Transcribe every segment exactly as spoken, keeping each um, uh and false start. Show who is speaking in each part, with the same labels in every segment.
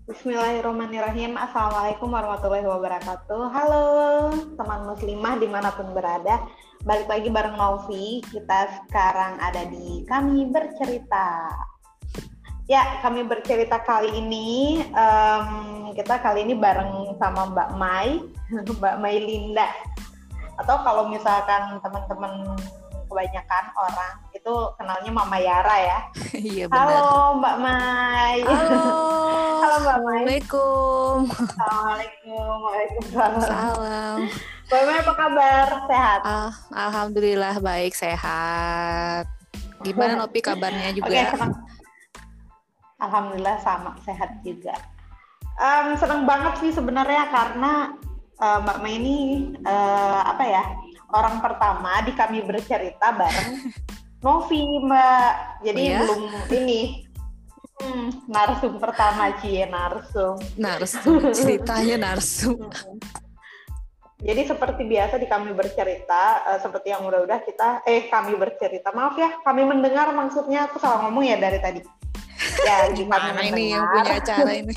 Speaker 1: Bismillahirrahmanirrahim. Assalamualaikum warahmatullahi wabarakatuh. Halo teman muslimah dimanapun berada. Balik lagi bareng Novi. Kita sekarang ada di Kami Bercerita. Ya, Kami Bercerita kali ini um, kita kali ini bareng sama Mbak Mai, Mbak Mai Linda. Atau kalau misalkan teman-teman kebanyakan orang itu kenalnya Mama Yara ya.
Speaker 2: Iya benar.
Speaker 1: Halo Mbak Mai.
Speaker 2: Halo.
Speaker 1: Halo Mbak Mai.
Speaker 2: Assalamualaikum.
Speaker 1: Assalamualaikum. Waalaikumsalam.
Speaker 2: Salam.
Speaker 1: Mbak Mai apa kabar? Sehat?
Speaker 2: Al- Alhamdulillah baik, sehat. Gimana Nopi kabarnya juga?
Speaker 1: Oke, senang. Alhamdulillah sama, sehat juga. Um, senang banget sih sebenarnya karena uh, Mbak Mai ini uh, apa ya? Orang pertama di Kami Bercerita bareng Novi, Mbak. Jadi
Speaker 2: Oh ya?
Speaker 1: belum ini hmm, narsum pertama, Cie, narsum.
Speaker 2: Narsum, ceritanya narsum.
Speaker 1: Jadi seperti biasa di Kami Bercerita, uh, seperti yang udah-udah kita, eh Kami Bercerita, maaf ya, kami mendengar maksudnya, aku salah ngomong ya dari tadi. Ya,
Speaker 2: Gimana ini yang punya acara ini?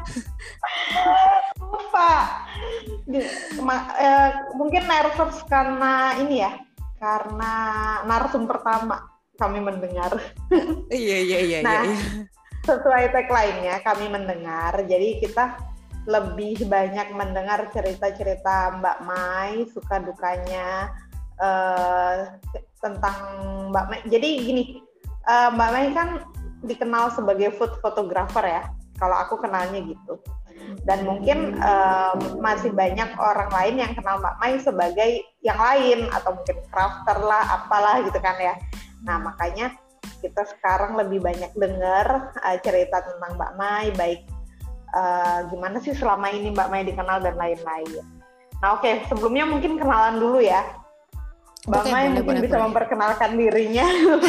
Speaker 1: Lupa. Ma- eh, mungkin nervous karena ini ya, karena narsum pertama kami mendengar.
Speaker 2: Iya iya iya.
Speaker 1: Nah,
Speaker 2: iya.
Speaker 1: sesuai tagline-nya kami mendengar, jadi kita lebih banyak mendengar cerita-cerita Mbak Mai, suka dukanya uh, tentang Mbak Mai. Jadi gini, uh, Mbak Mai kan dikenal sebagai food photographer ya, kalau aku kenalnya gitu. Dan mungkin um, masih banyak orang lain yang kenal Mbak Mai sebagai yang lain, atau mungkin crafter lah, apalah gitu kan ya. Nah makanya kita sekarang lebih banyak dengar uh, cerita tentang Mbak Mai, baik uh, gimana sih selama ini Mbak Mai dikenal dan lain-lain. Nah oke, okay, sebelumnya mungkin kenalan dulu ya. Mbak
Speaker 2: Okay,
Speaker 1: Mai
Speaker 2: boleh,
Speaker 1: mungkin
Speaker 2: boleh,
Speaker 1: bisa
Speaker 2: boleh.
Speaker 1: memperkenalkan dirinya.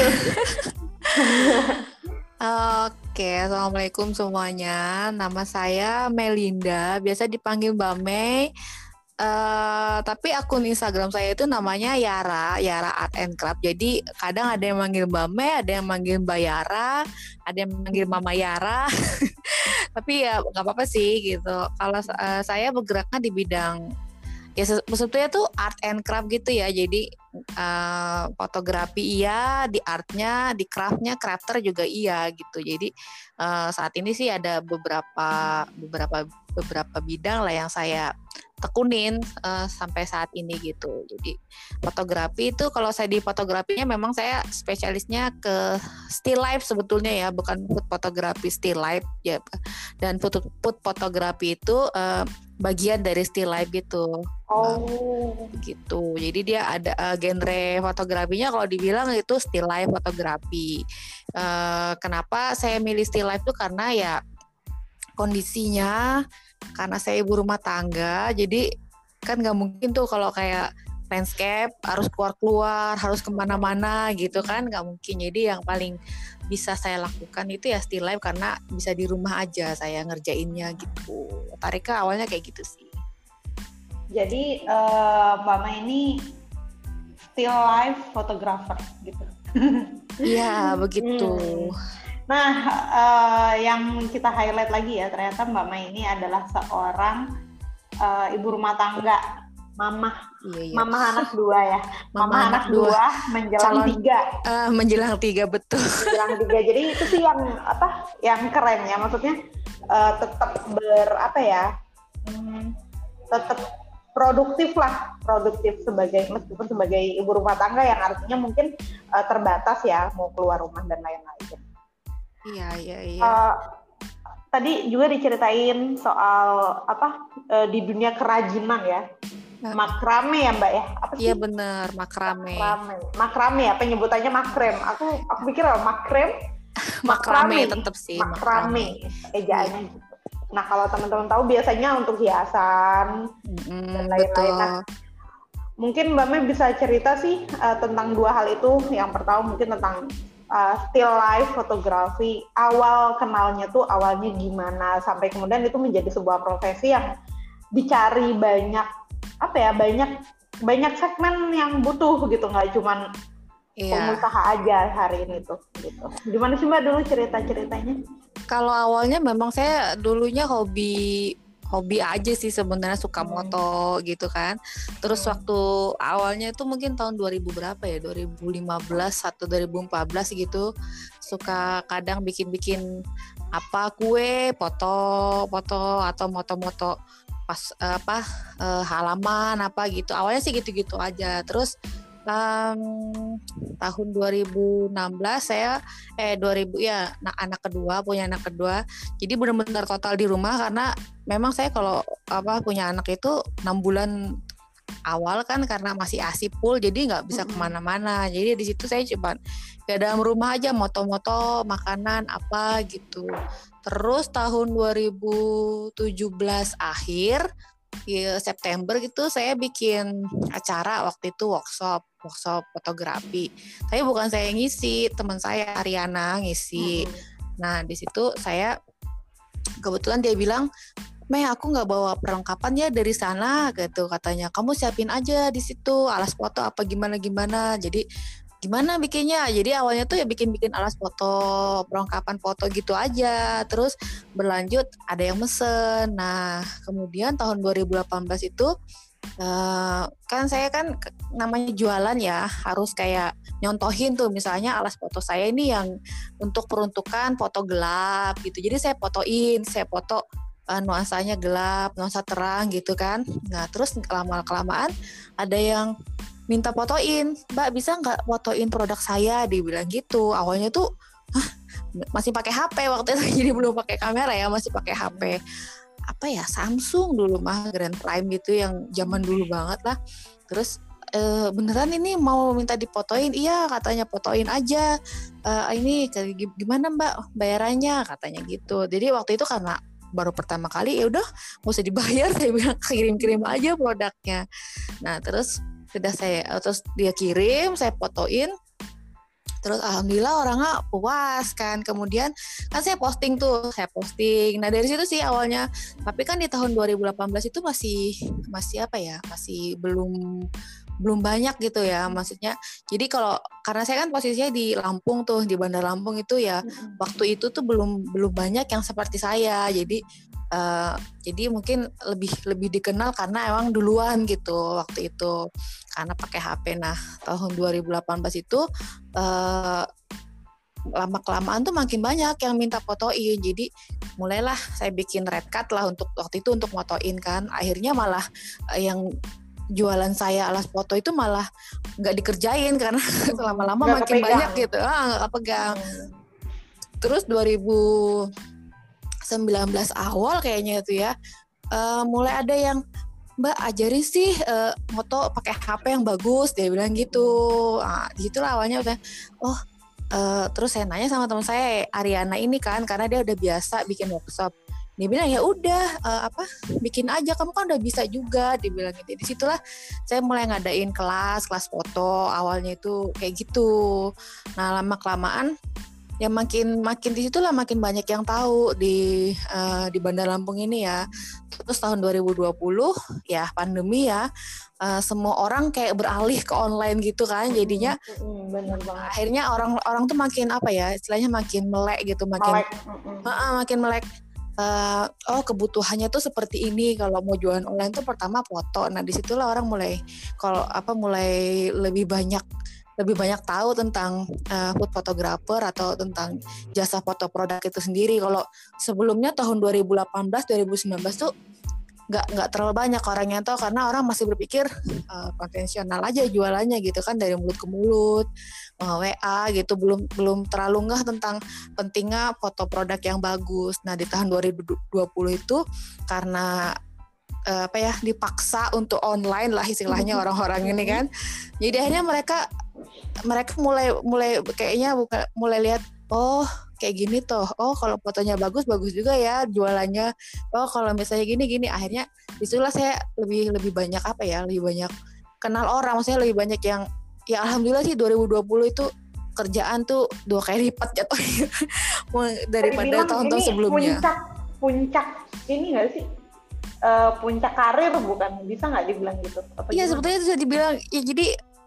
Speaker 2: Oke, assalamualaikum semuanya. Nama saya Melinda, biasa dipanggil Mbak Mei. Uh, tapi akun Instagram saya itu namanya Yara, Yara Art and Craft. Jadi kadang ada yang manggil Mbak Mei, ada yang manggil Mbak Yara, ada yang manggil Mama Yara. Tapi ya nggak apa-apa sih gitu. Kalau uh, saya bergeraknya di bidang ya sebetulnya tuh art and craft gitu ya. Jadi uh, fotografi iya, di artnya, di craftnya, crafter juga iya gitu. Jadi uh, saat ini sih ada beberapa beberapa beberapa bidang lah yang saya tekunin uh, sampai saat ini gitu. Jadi fotografi itu kalau saya di fotografinya memang saya spesialisnya ke still life sebetulnya ya, bukan food fotografi still life ya. Dan food food fotografi itu uh, bagian dari still life gitu.
Speaker 1: Oh,
Speaker 2: Gitu. Jadi dia ada uh, genre fotografinya kalau dibilang itu still life fotografi. Uh, kenapa saya milih still life itu karena ya kondisinya karena saya ibu rumah tangga, jadi kan nggak mungkin tuh kalau kayak landscape harus keluar-keluar, harus kemana-mana gitu kan, nggak mungkin. Jadi yang paling bisa saya lakukan itu ya still life karena bisa di rumah aja saya ngerjainnya gitu. Tarika awalnya kayak gitu sih.
Speaker 1: jadi uh, Mbak Mai ini still life photographer gitu.
Speaker 2: Iya begitu.
Speaker 1: Hmm. Nah, uh, yang kita highlight lagi ya, ternyata Mbak Mai ini adalah seorang uh, ibu rumah tangga, mama,
Speaker 2: Iya, iya.
Speaker 1: mama anak dua ya, mama,
Speaker 2: Mama
Speaker 1: anak
Speaker 2: anak
Speaker 1: dua,
Speaker 2: dua,
Speaker 1: menjelang
Speaker 2: calon-
Speaker 1: tiga,
Speaker 2: Uh, menjelang tiga betul.
Speaker 1: menjelang tiga. Jadi itu sih yang apa, yang keren ya, maksudnya uh, tetap ber apa ya, hmm, tetap produktif lah, produktif sebagai meskipun sebagai ibu rumah tangga yang artinya mungkin uh, terbatas ya, mau keluar rumah dan lain-lain.
Speaker 2: Iya, iya, iya.
Speaker 1: Uh, tadi juga diceritain soal apa uh, di dunia kerajinan ya,
Speaker 2: Nah.
Speaker 1: makrame ya Mbak ya, apa sih?
Speaker 2: Iya benar, makrame.
Speaker 1: Makrame, makrame ya, penyebutannya makrem. Aku aku pikir apa makrem,
Speaker 2: Makrame tetap sih,
Speaker 1: makrame, ejaannya gitu. Nah kalau teman-teman tahu biasanya untuk hiasan
Speaker 2: Mm,
Speaker 1: dan lain-lain.
Speaker 2: betul.
Speaker 1: Nah, mungkin Mbak Mei bisa cerita sih uh, tentang dua hal itu. Yang pertama mungkin tentang Uh, still life fotografi, awal kenalnya tuh awalnya gimana sampai kemudian itu menjadi sebuah profesi yang dicari banyak apa ya banyak banyak segmen yang butuh gitu, nggak cuman
Speaker 2: Iya.
Speaker 1: pengusaha aja hari ini tuh gitu. Gimana sih Mbak dulu cerita-ceritanya?
Speaker 2: Kalau awalnya memang saya dulunya hobi hobi aja sih sebenarnya, suka
Speaker 1: Hmm.
Speaker 2: moto gitu kan. Terus
Speaker 1: Hmm.
Speaker 2: waktu awalnya itu mungkin tahun dua ribu berapa ya? dua ribu lima belas atau dua ribu empat belas gitu. Suka kadang bikin-bikin apa kue, foto-foto atau moto-moto pas apa eh, halaman apa gitu. Awalnya sih gitu-gitu aja. Terus um, tahun dua ribu enam belas saya eh dua ribu ya anak anak kedua punya anak kedua, jadi benar-benar total di rumah karena memang saya kalau apa punya anak itu enam bulan awal kan karena masih asipul jadi nggak bisa kemana-mana, jadi di situ saya cuma ke dalam rumah aja moto-moto makanan apa gitu. Terus tahun dua ribu tujuh belas akhir ya, September gitu saya bikin acara waktu itu workshop workshop fotografi. Tapi bukan saya yang ngisi, teman saya Ariana ngisi. Hmm. Nah di situ saya kebetulan dia bilang, Meh aku nggak bawa perlengkapan ya dari sana gitu katanya. Kamu siapin aja di situ alas foto apa gimana gimana. Jadi gimana bikinnya? Jadi awalnya tuh ya bikin-bikin alas foto, perlengkapan foto gitu aja. Terus berlanjut ada yang mesen. Nah kemudian tahun dua ribu delapan belas itu Uh, kan saya kan namanya jualan ya harus kayak nyontohin tuh misalnya alas foto saya ini yang untuk peruntukan foto gelap gitu, jadi saya fotoin saya foto uh, nuansanya gelap nuansa terang gitu kan. Nah terus lama kelamaan ada yang minta fotoin, Mbak bisa nggak fotoin produk saya, dibilang gitu. Awalnya tuh hah, masih pakai H P waktu itu jadi belum pakai kamera ya, masih pakai H P apa ya Samsung dulu mah Grand Prime gitu yang zaman dulu banget lah. Terus e, beneran ini mau minta difotoin, iya katanya fotoin aja. E, ini gimana Mbak bayarannya katanya gitu. Jadi waktu itu karena baru pertama kali ya udah nggak usah dibayar, saya bilang kirim-kirim aja produknya. Nah terus sudah saya terus dia kirim saya fotoin. Terus alhamdulillah orangnya puas kan. Kemudian kan saya posting tuh, saya posting. Nah dari situ sih awalnya. Tapi kan di tahun dua ribu delapan belas itu masih masih apa ya? Masih belum belum banyak gitu ya. Maksudnya jadi kalau karena saya kan posisinya di Lampung tuh, di Bandar Lampung itu ya. Mm-hmm. Waktu itu tuh belum belum banyak yang seperti saya. Jadi Uh, jadi mungkin lebih lebih dikenal karena emang duluan gitu waktu itu karena pakai H P. Nah tahun dua ribu delapan belas itu uh, lama kelamaan tuh makin banyak yang minta fotoin, jadi mulailah saya bikin red card lah untuk waktu itu untuk fotoin kan. Akhirnya malah uh, yang jualan saya alas foto itu malah nggak dikerjain karena lama-lama gak makin kepegang. Banyak gitu, ah nggak kepegang. Hmm. Terus dua ribu sembilan belas awal kayaknya itu ya uh, mulai ada yang Mbak ajarin sih uh, moto pakai H P yang bagus, dia bilang gitu. Nah, disitulah awalnya udah oh uh, terus saya nanya sama teman saya Ariana ini kan karena dia udah biasa bikin workshop. Dia bilang ya udah uh, apa bikin aja, kamu kan udah bisa juga, dia bilang gitu. Disitulah saya mulai ngadain kelas kelas foto awalnya itu kayak gitu. Nah lama kelamaan ya makin makin di situlah makin banyak yang tahu di uh, di Bandar Lampung ini ya. Terus tahun dua ribu dua puluh ya pandemi ya uh, semua orang kayak beralih ke online gitu kan, jadinya
Speaker 1: hmm, bener banget.
Speaker 2: Akhirnya orang-orang tuh makin apa ya istilahnya makin melek gitu, makin melek, uh, uh, makin melek. Uh, oh kebutuhannya tuh seperti ini kalau mau jualan online tuh pertama foto. Nah disitulah orang mulai kalau apa mulai lebih banyak lebih banyak tahu tentang uh, food photographer atau tentang jasa foto produk itu sendiri. Kalau sebelumnya tahun dua ribu delapan belas dua ribu sembilan belas tuh nggak nggak terlalu banyak orang yang tahu karena orang masih berpikir uh, konvensional aja jualannya gitu kan, dari mulut ke mulut, uh, W A gitu, belum belum terlalu ngeh tentang pentingnya foto produk yang bagus. Nah di tahun dua ribu dua puluh itu karena uh, apa ya dipaksa untuk online lah istilahnya orang-orang ini kan, jadi akhirnya mereka mereka mulai mulai kayaknya buka mulai lihat oh kayak gini tuh, oh kalau fotonya bagus bagus juga ya jualannya, oh kalau misalnya gini gini. Akhirnya disitulah saya lebih lebih banyak apa ya lebih banyak kenal orang, maksudnya lebih banyak yang ya alhamdulillah sih dua ribu dua puluh itu kerjaan tuh dua kali lipat jatuhnya daripada tahun-tahun sebelumnya.
Speaker 1: Puncak puncak ini nggak sih uh, puncak karir bukan, bisa nggak dibilang gitu?
Speaker 2: Iya sebetulnya bisa dibilang ya. Jadi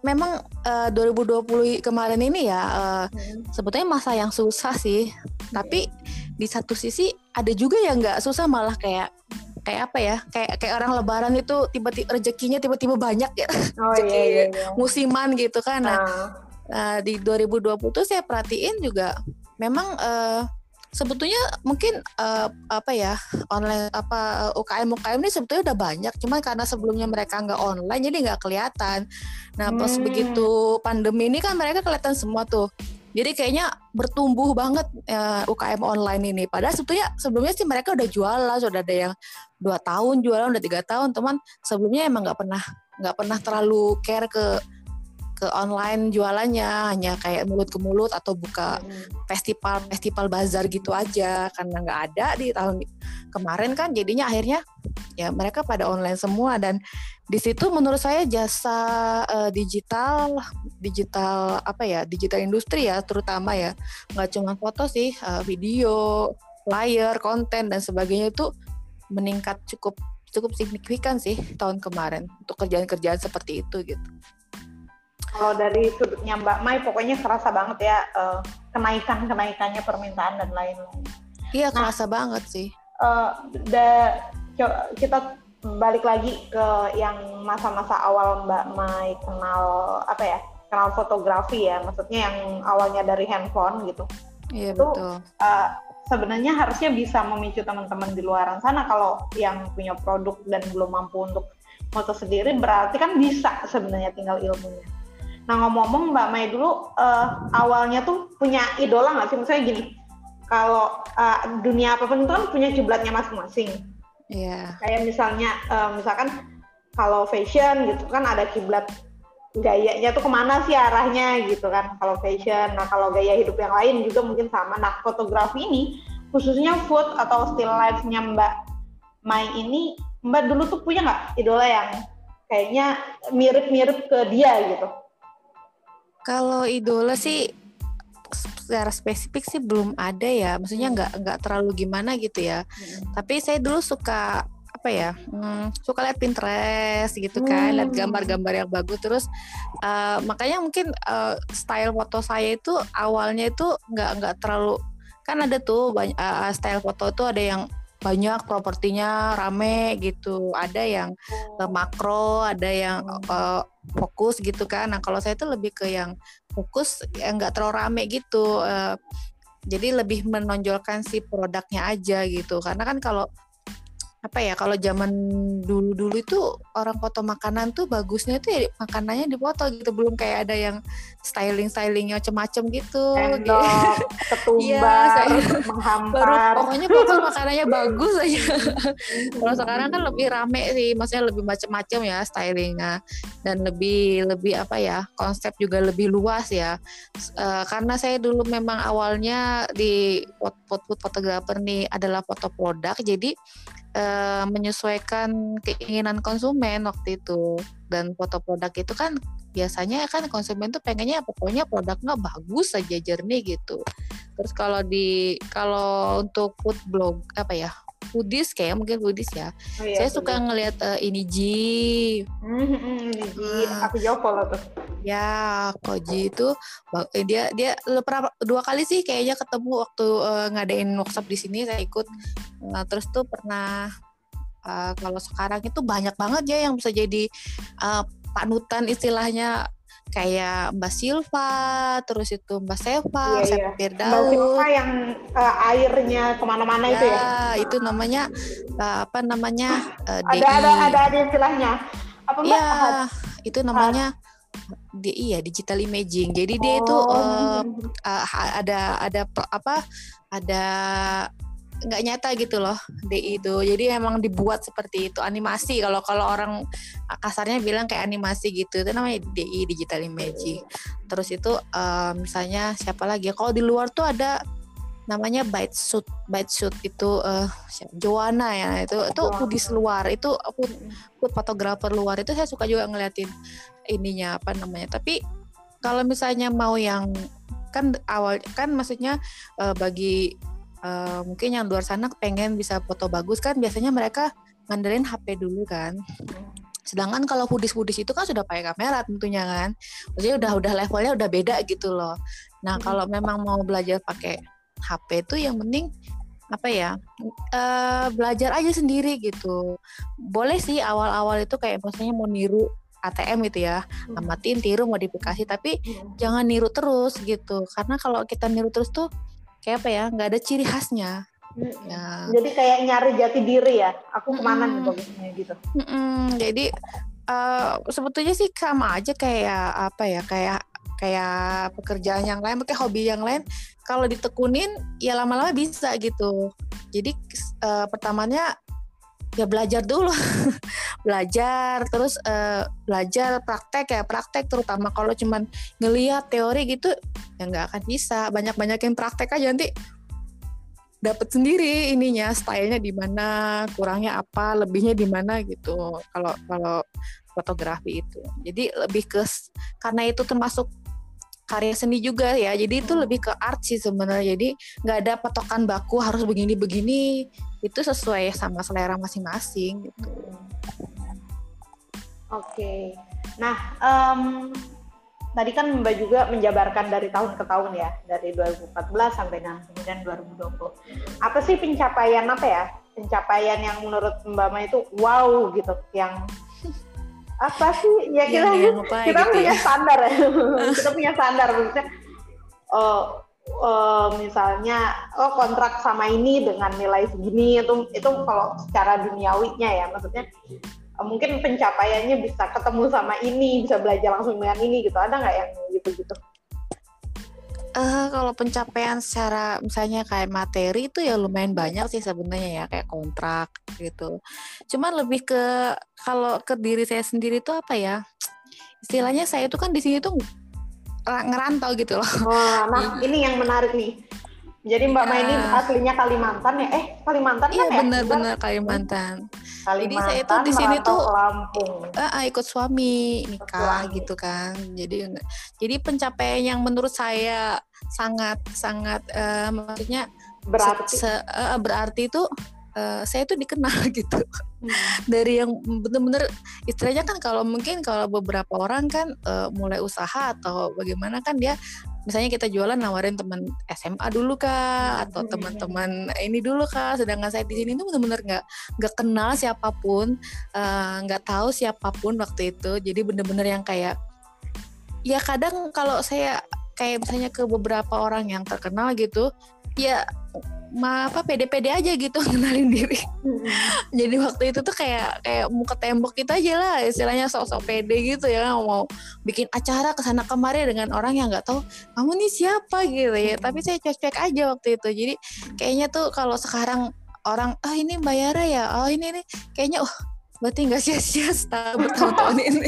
Speaker 2: memang uh, dua ribu dua puluh kemarin ini ya uh, hmm. sebetulnya masa yang susah sih. Hmm. Tapi di satu sisi ada juga yang nggak susah, malah kayak kayak apa ya? Kayak kayak orang Lebaran itu tiba-tiba rezekinya tiba-tiba banyak ya.
Speaker 1: Oh,
Speaker 2: rezeki
Speaker 1: iya, iya, iya.
Speaker 2: musiman gitu kan. Nah,
Speaker 1: uh.
Speaker 2: uh, di dua ribu dua puluh tuh saya perhatiin juga memang uh, sebetulnya mungkin uh, apa ya online apa U K M U K M ini sebetulnya udah banyak, cuman karena sebelumnya mereka nggak online jadi nggak kelihatan. Nah pas hmm. begitu pandemi ini kan mereka kelihatan semua tuh, jadi kayaknya bertumbuh banget uh, U K M online ini. Padahal sebetulnya sebelumnya sih mereka udah jualan, sudah ada yang dua tahun jualan, udah tiga tahun, teman sebelumnya emang nggak pernah nggak pernah terlalu care ke ke online jualannya, hanya kayak mulut ke mulut atau buka hmm. festival-festival bazar gitu aja, karena nggak ada di tahun kemarin kan, jadinya akhirnya ya mereka pada online semua. Dan di situ menurut saya jasa uh, digital digital apa ya digital industri ya terutama ya, nggak cuma foto sih, uh, video, flyer, konten dan sebagainya itu meningkat cukup cukup signifikan sih tahun kemarin untuk kerjaan-kerjaan seperti itu gitu.
Speaker 1: Kalau dari sudutnya Mbak Mai, pokoknya kerasa banget ya uh, kenaikan-kenaikannya permintaan dan lain-lain.
Speaker 2: Iya, nah, kerasa banget sih.
Speaker 1: Uh, da, kita balik lagi ke yang masa-masa awal Mbak Mai kenal apa ya, kenal fotografi ya, maksudnya yang awalnya dari handphone gitu.
Speaker 2: Iya,
Speaker 1: itu,
Speaker 2: betul.
Speaker 1: Uh, sebenarnya harusnya bisa memicu teman-teman di luaran sana kalau yang punya produk dan belum mampu untuk foto sendiri, berarti kan bisa sebenarnya, tinggal ilmunya. Nah ngomong-ngomong Mbak Mai dulu uh, awalnya tuh punya idola nggak sih? Misalnya gini, kalau uh, dunia apapun itu kan punya kiblatnya masing-masing.
Speaker 2: Iya. Yeah.
Speaker 1: Kayak misalnya, uh, misalkan kalau fashion gitu kan ada kiblat gayanya tuh kemana sih arahnya gitu kan kalau fashion. Nah kalau gaya hidup yang lain juga mungkin sama. Nah fotografi ini khususnya food atau still life-nya Mbak Mai ini, Mbak dulu tuh punya nggak idola yang kayaknya mirip-mirip ke dia gitu?
Speaker 2: Kalau idola sih secara spesifik sih belum ada ya, maksudnya nggak hmm. nggak terlalu gimana gitu ya. Hmm. Tapi saya dulu suka apa ya, hmm, suka lihat Pinterest gitu kan, hmm. lihat gambar-gambar yang bagus. Terus uh, makanya mungkin uh, style foto saya itu awalnya itu nggak nggak terlalu, kan ada tuh banyak, uh, style foto itu ada yang banyak propertinya rame gitu, ada yang uh, makro, ada yang uh, fokus gitu kan. Nah kalau saya tuh lebih ke yang fokus yang nggak terlalu rame gitu, uh, jadi lebih menonjolkan si produknya aja gitu. Karena kan kalau apa ya, kalau zaman dulu-dulu itu orang foto makanan tuh bagusnya tuh ya makanannya dipoto gitu, belum kayak ada yang styling-stylingnya macem-macem gitu.
Speaker 1: Endok, ketumbar, ya, menghampar.
Speaker 2: Baru pokoknya foto makanannya bagus aja. Kalau sekarang kan lebih rame sih, maksudnya lebih macem-macem ya stylingnya, dan lebih lebih apa ya, konsep juga lebih luas ya. Uh, karena saya dulu memang awalnya di foto fotografer nih adalah foto produk, jadi Uh, menyesuaikan keinginan konsumen waktu itu. Dan foto produk itu kan biasanya kan konsumen tuh pengennya pokoknya produknya bagus aja, jernih gitu. Terus kalau di kalau untuk food blog apa ya, foodies kayak mungkin foodies ya. Oh, iya, saya bener. Suka ngelihat uh, ini G.
Speaker 1: Mm-hmm, ini G. Uh, aku jawab follow tuh.
Speaker 2: Ya, Koji itu dia dia pernah dua kali sih kayaknya ketemu waktu uh, ngadain workshop di sini, saya ikut. Nah, terus tuh pernah uh, kalau sekarang itu banyak banget ya yang bisa jadi uh, panutan istilahnya, kayak Mbak Silva, terus itu Mbak Seva,
Speaker 1: iya,
Speaker 2: Chef
Speaker 1: iya.
Speaker 2: Firdaus.
Speaker 1: Mbak Silva yang uh, airnya kemana-mana ya, itu ya?
Speaker 2: Itu namanya uh, apa namanya? Uh,
Speaker 1: ada, ada ada ada istilahnya. Apa Mbak?
Speaker 2: Ya, itu namanya dia iya digital imaging. Jadi dia oh. itu uh, uh, ada ada apa ada nggak nyata gitu loh D I itu. Jadi emang dibuat seperti itu, animasi. Kalau kalau orang kasarnya bilang kayak animasi gitu, itu namanya D I, digital imaging. Terus itu uh, misalnya siapa lagi? Kalau di luar tuh ada namanya Byte Shoot. Byte Shoot itu uh, Joanna ya, itu itu foodies luar, itu food, food fotografer luar, itu saya suka juga ngeliatin ininya apa namanya. Tapi kalau misalnya mau yang kan awal kan maksudnya uh, bagi uh, mungkin yang luar sana pengen bisa foto bagus kan biasanya mereka ngandelin H P dulu kan. Sedangkan kalau foodies-foodies itu kan sudah pakai kamera tentunya kan. Maksudnya udah udah levelnya udah beda gitu loh. Nah, kalau memang mau belajar pakai H P itu yang penting apa ya? Uh, belajar aja sendiri gitu. Boleh sih awal-awal itu kayak misalnya mau niru A T M gitu ya, amatin, tiru, modifikasi, tapi hmm. jangan niru terus gitu. Karena kalau kita niru terus tuh kayak apa ya? Nggak ada ciri khasnya.
Speaker 1: Hmm. Ya. Jadi kayak nyari jati diri ya. Aku kemana
Speaker 2: hmm.
Speaker 1: nih bagusnya gitu.
Speaker 2: Hmm. Jadi uh, sebetulnya sih sama aja kayak apa ya? Kayak kayak pekerjaan yang lain, kayak hobi yang lain. Kalau ditekunin ya lama-lama bisa gitu. Jadi uh, pertamanya ya belajar dulu. belajar terus uh, belajar praktek ya praktek terutama kalau cuman ngelihat teori gitu ya nggak akan bisa. Banyak-banyakin praktek aja nanti dapat sendiri ininya, stylenya di mana, kurangnya apa, lebihnya di mana gitu. Kalau kalau fotografi itu. Jadi lebih ke karena itu termasuk karya seni juga ya. Jadi itu lebih ke art sih sebenarnya. Jadi nggak ada patokan baku harus begini-begini. Itu sesuai sama selera masing-masing gitu.
Speaker 1: Oke. Nah, um, tadi kan Mbak juga menjabarkan dari tahun ke tahun ya, dari dua ribu empat belas sampai kemudian dua ribu dua puluh. Apa sih pencapaian apa ya? Pencapaian yang menurut Mbak Ma itu wow gitu, yang apa sih? Ya kita ya, kita gitu punya ya. standar ya. kita punya standar maksudnya. Oh, oh, misalnya oh kontrak sama ini dengan nilai segini itu itu kalau secara duniawinya ya, maksudnya mungkin pencapaiannya bisa ketemu sama ini, bisa belajar langsung dengan ini gitu. Ada nggak yang gitu-gitu?
Speaker 2: Uh, kalau pencapaian secara misalnya kayak materi itu ya lumayan banyak sih sebenarnya ya, kayak kontrak gitu. Cuman lebih ke kalau ke diri saya sendiri tuh apa ya? Istilahnya saya tuh kan di sini tuh ngerantau gitu loh.
Speaker 1: Oh, nah ini yang menarik nih. Jadi Mbak ya. Ma ini aslinya Kalimantan ya? Eh Kalimantan
Speaker 2: iya,
Speaker 1: kan ya?
Speaker 2: Iya benar-benar Kalimantan.
Speaker 1: Kalimantan.
Speaker 2: Jadi saya tuh di sini tuh
Speaker 1: Lampung.
Speaker 2: Uh, ikut suami nikah suami. gitu kan. Jadi jadi pencapaian yang menurut saya sangat sangat uh, maksudnya
Speaker 1: berarti
Speaker 2: se, se, uh, berarti itu uh, saya tuh dikenal gitu. Hmm. Dari yang benar-benar istilahnya kan kalau mungkin kalau beberapa orang kan uh, mulai usaha atau bagaimana kan dia misalnya kita jualan nawarin teman S M A dulu kah atau teman-teman ini dulu kah, sedangkan saya di sini tuh benar-benar nggak nggak kenal siapapun, nggak uh, tahu siapapun waktu itu. Jadi benar-benar yang kayak ya kadang kalau saya kayak misalnya ke beberapa orang yang terkenal gitu ya ma apa pede-pede aja gitu kenalin diri. Mm-hmm. Jadi waktu itu tuh kayak kayak muka tembok gitu aja lah, istilahnya sok-sok pede gitu ya, mau bikin acara kesana kemari dengan orang yang nggak tahu kamu nih siapa gitu ya. Mm-hmm. Tapi saya cuek-cuek aja waktu itu. Jadi kayaknya tuh kalau sekarang orang ah ini Mbak Yara ya, oh ini nih kayaknya oh berarti nggak sia-sia setelah bertahun-tahun ini.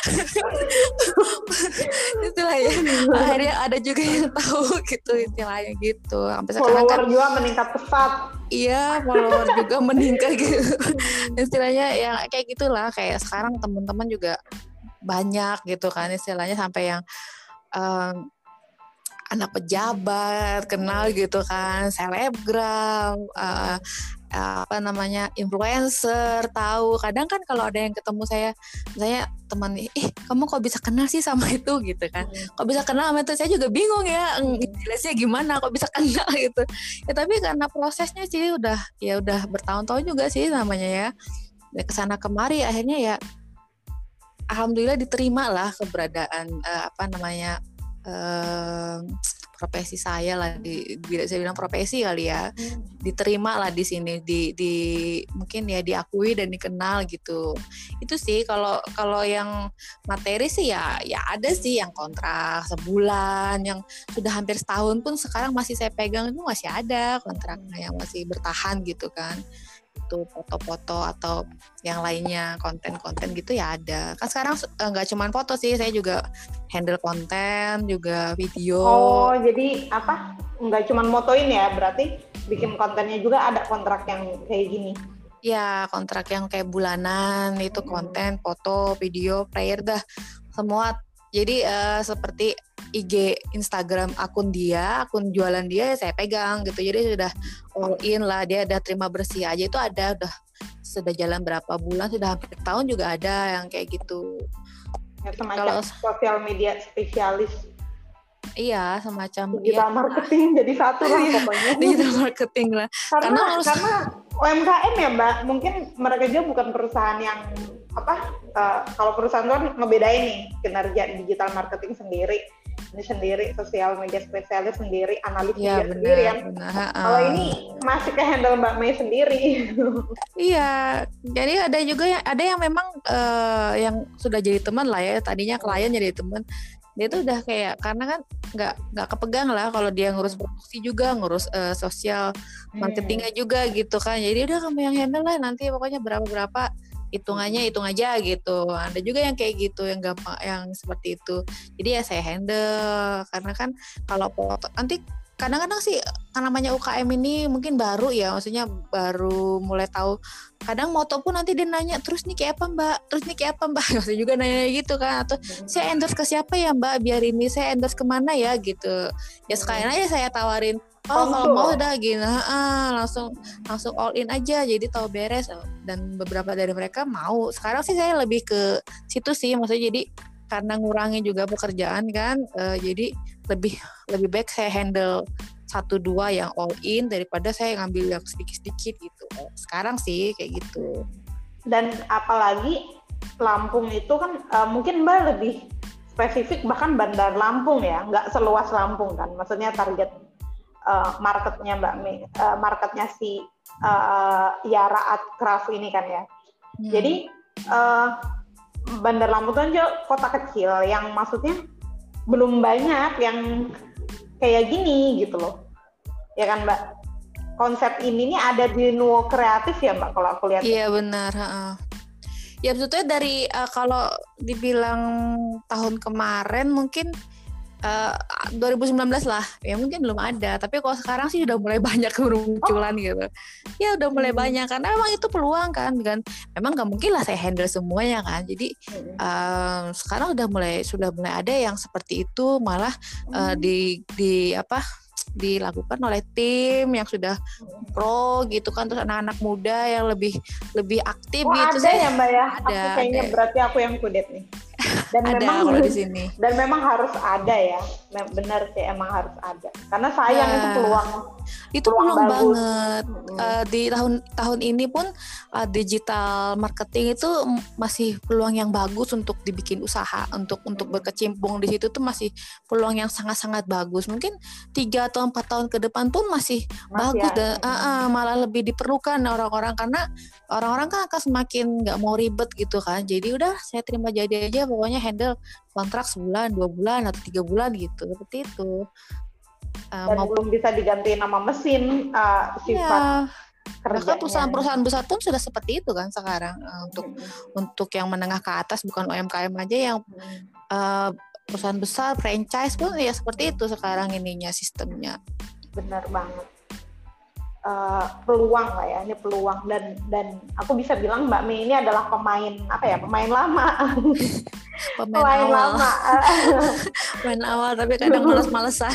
Speaker 2: Istilahnya akhirnya ada juga yang tahu gitu istilahnya gitu. Sampai sekarang
Speaker 1: follower
Speaker 2: kan
Speaker 1: juga meningkat pesat.
Speaker 2: Iya, follower juga meningkat gitu. Istilahnya ya kayak gitulah, kayak sekarang teman-teman juga banyak gitu kan, istilahnya sampai yang um, anak pejabat kenal gitu kan, selebgram, uh, apa namanya influencer tahu. Kadang kan kalau ada yang ketemu saya, saya teman, eh kamu kok bisa kenal sih sama itu gitu kan, kok bisa kenal sama itu, saya juga bingung ya jelasnya gimana kok bisa kenal gitu ya. Tapi karena prosesnya sih udah ya udah bertahun-tahun juga sih namanya ya, ya kesana kemari akhirnya ya alhamdulillah diterima lah keberadaan uh, apa namanya Uh, profesi saya lah, di, saya bilang profesi kali ya, hmm. diterima lah di sini, di, di mungkin ya diakui dan dikenal gitu. Itu sih kalau kalau yang materi sih ya ya ada sih yang kontrak sebulan, yang sudah hampir setahun pun sekarang masih saya pegang itu masih ada kontraknya yang masih bertahan gitu kan. Itu foto-foto atau yang lainnya konten-konten gitu ya ada. Kan sekarang nggak uh, cuma foto sih, saya juga handle konten juga video.
Speaker 1: Oh jadi apa? Nggak cuma motoin ya, berarti bikin kontennya juga ada kontrak yang kayak gini?
Speaker 2: Ya kontrak yang kayak bulanan itu konten, foto, video, player dah semua. Jadi uh, seperti I G, Instagram akun dia, akun jualan dia ya saya pegang gitu. Jadi sudah all in lah, dia udah terima bersih aja itu ada, udah sudah jalan berapa bulan, sudah hampir tahun juga ada yang kayak gitu.
Speaker 1: Ya, semacam kalau sosial media spesialis.
Speaker 2: Iya, semacam
Speaker 1: digital ya, marketing jadi satu lah pokoknya.
Speaker 2: Digital marketing lah.
Speaker 1: Karena karena, harus... karena U M K M ya Mbak, mungkin mereka juga bukan perusahaan yang apa? Uh, kalau perusahaan kan ngebedain nih kinerja digital marketing sendiri, ini sendiri, sosial media spesialis sendiri, analis ya, media sendiri kan. Kalau ini masih ke handle Mbak Mei sendiri.
Speaker 2: Iya, jadi ada juga yang ada yang memang uh, yang sudah jadi teman lah ya, tadinya klien jadi teman. Dia tuh udah kayak karena kan nggak nggak kepegang lah kalau dia ngurus produksi juga, ngurus uh, sosial marketingnya hmm. juga gitu kan. Jadi udah kamu yang handle lah, nanti pokoknya berapa berapa hitungannya hitung aja gitu. Ada juga yang kayak gitu, yang gampang, yang seperti itu. Jadi ya saya handle karena kan kalau nanti kadang-kadang sih namanya U K M ini mungkin baru ya, maksudnya baru mulai tahu. Kadang moto pun nanti dia nanya, terus nih kayak apa Mbak? Terus nih kayak apa Mbak? Maksudnya juga nanya gitu kan. Atau hmm. saya endorse ke siapa ya Mbak? Biar ini saya endorse kemana ya gitu. Ya sekalian aja saya tawarin, oh kalau mau udah gini, ah, langsung langsung all in aja. Jadi tahu beres. Dan beberapa dari mereka mau. Sekarang sih saya lebih ke situ sih, maksudnya jadi karena ngurangin juga pekerjaan kan, uh, jadi lebih lebih baik saya handle satu dua yang all in daripada saya ngambil yang sedikit-sedikit gitu. Sekarang sih kayak gitu.
Speaker 1: Dan apalagi Lampung itu kan uh, mungkin Mbak lebih spesifik, bahkan Bandar Lampung ya, nggak seluas Lampung kan. Maksudnya target uh, marketnya Mbak Mei, uh, marketnya si uh, Yara Art Craft ini kan ya. Hmm. Jadi uh, Bandar Lampung itu aja kota kecil yang maksudnya belum banyak yang kayak gini gitu loh. Ya kan Mbak? Konsep ini nih ada di Nuo Kreatif ya Mbak kalau aku lihat.
Speaker 2: Iya benar. Uh-uh. Ya sebetulnya dari uh, kalau dibilang tahun kemarin mungkin uh, dua ribu sembilan belas lah, ya mungkin belum ada. Tapi kalau sekarang sih udah mulai banyak bermunculan oh. gitu. Ya udah mulai hmm. banyak karena memang itu peluang kan. kan. Memang nggak mungkin lah saya handle semuanya kan. Jadi hmm. uh, sekarang udah mulai sudah mulai ada yang seperti itu, malah uh, hmm. di di apa? dilakukan oleh tim yang sudah pro gitu kan, terus anak-anak muda yang lebih lebih aktif
Speaker 1: oh,
Speaker 2: gitu.
Speaker 1: Ada saya, ya Mbak ya.
Speaker 2: Ada.
Speaker 1: Aku kayaknya ada. Berarti aku yang kudet nih. Dan
Speaker 2: ada
Speaker 1: memang
Speaker 2: kalau di sini.
Speaker 1: Dan memang harus ada ya. Benar sih emang harus ada. Karena sayang ya. itu peluang.
Speaker 2: Itu peluang, peluang banget. Hmm. Uh, di tahun tahun ini pun uh, digital marketing itu masih peluang yang bagus untuk dibikin usaha, untuk hmm. untuk berkecimpung di situ tuh masih peluang yang sangat-sangat bagus. Mungkin tiga atau empat tahun ke depan pun masih, masih bagus dan uh, uh, malah lebih diperlukan orang-orang karena orang-orang kan akan semakin nggak mau ribet gitu kan. Jadi udah saya terima jadi aja, pokoknya handle kontrak sebulan, dua bulan atau tiga bulan gitu, seperti itu. Uh,
Speaker 1: dan mau belum bisa diganti nama mesin uh, sifat ya.
Speaker 2: Bahkan perusahaan-perusahaan besar pun sudah seperti itu kan sekarang uh, untuk hmm. untuk yang menengah ke atas, bukan U M K M aja, yang hmm. uh, perusahaan besar franchise pun ya seperti itu sekarang ininya sistemnya.
Speaker 1: Benar banget. Uh, peluang lah ya, ini peluang dan dan aku bisa bilang Mbak Mei ini adalah pemain apa ya, pemain lama.
Speaker 2: Pemain, pemain awal. lama. Pemain awal tapi kadang males-malesan.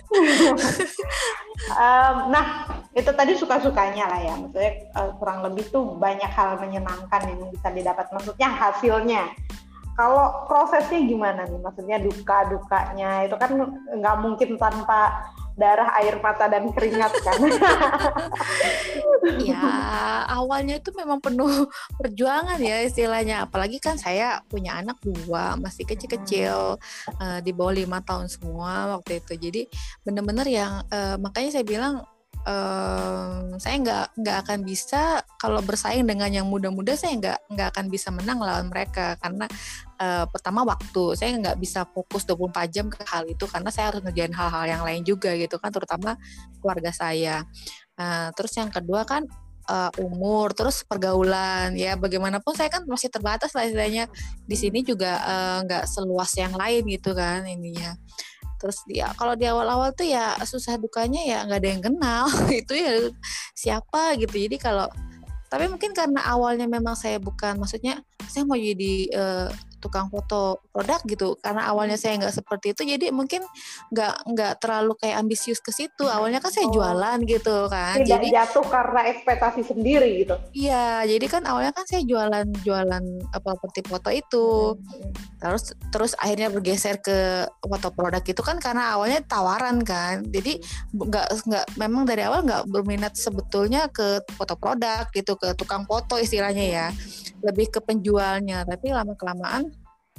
Speaker 1: um, nah, itu tadi suka-sukanya lah ya. Maksudnya uh, kurang lebih tuh banyak hal menyenangkan yang bisa didapat, maksudnya hasilnya. Kalau prosesnya gimana nih? Maksudnya duka-dukanya itu kan nggak mungkin tanpa darah, air mata, dan keringat kan.
Speaker 2: Ya, awalnya itu memang penuh perjuangan ya istilahnya. Apalagi kan saya punya anak dua, masih kecil-kecil, uh, di bawah lima tahun semua waktu itu. Jadi benar-benar yang, uh, makanya saya bilang, Um, saya nggak nggak akan bisa kalau bersaing dengan yang muda-muda, saya nggak nggak akan bisa menang lawan mereka karena uh, pertama waktu saya nggak bisa fokus dua puluh empat jam ke hal itu karena saya harus ngerjain hal-hal yang lain juga gitu kan, terutama keluarga saya. Uh, terus yang kedua kan uh, umur, terus pergaulan ya, bagaimanapun saya kan masih terbatas lah istilahnya di sini juga nggak uh, seluas yang lain gitu kan ininya. Terus dia kalau di awal-awal tuh ya susah dukanya ya nggak ada yang kenal itu ya siapa gitu. Jadi kalau tapi mungkin karena awalnya memang saya bukan, maksudnya saya mau jadi uh, tukang foto produk gitu. Karena awalnya saya nggak seperti itu, jadi mungkin nggak nggak terlalu kayak ambisius ke situ. Awalnya kan saya
Speaker 1: Oh.
Speaker 2: jualan gitu kan.
Speaker 1: Tidak
Speaker 2: Jadi
Speaker 1: jatuh karena ekspektasi sendiri gitu.
Speaker 2: iya, jadi kan awalnya kan saya jualan jualan apa properti foto itu.
Speaker 1: Hmm.
Speaker 2: Terus terus akhirnya bergeser ke foto produk itu kan karena awalnya tawaran kan. Jadi nggak nggak memang dari awal nggak berminat sebetulnya ke foto produk gitu, ke tukang foto istilahnya ya. Lebih ke penjualnya, tapi lama kelamaan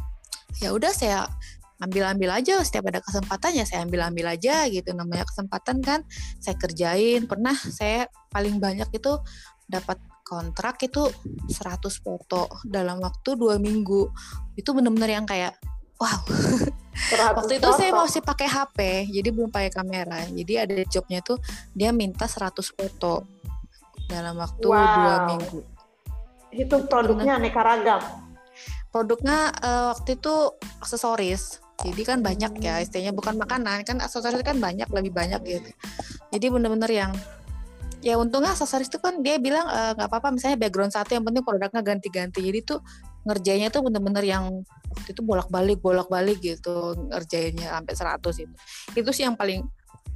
Speaker 2: ya udah saya ambil-ambil aja, setiap ada kesempatan ya saya ambil-ambil aja gitu, namanya kesempatan kan saya kerjain. Pernah saya paling banyak itu dapat kontrak itu seratus foto dalam waktu dua minggu. Itu benar-benar yang kayak wow. Waktu itu foto. Saya masih pakai H P, jadi belum pakai kamera. Jadi ada jobnya tuh dia minta seratus foto dalam waktu wow. dua minggu.
Speaker 1: Itu produknya aneka ragam.
Speaker 2: Produknya uh, waktu itu aksesoris. Jadi kan banyak ya, istilahnya bukan makanan, kan aksesoris kan banyak, lebih banyak gitu. Jadi bener-bener yang ya untungnya aksesoris itu kan dia bilang nggak uh, apa-apa misalnya background satu, yang penting produknya ganti-ganti. Jadi tuh ngerjainnya tuh bener-bener yang waktu itu bolak-balik bolak-balik gitu, ngerjainnya sampai seratus itu. Itu sih yang paling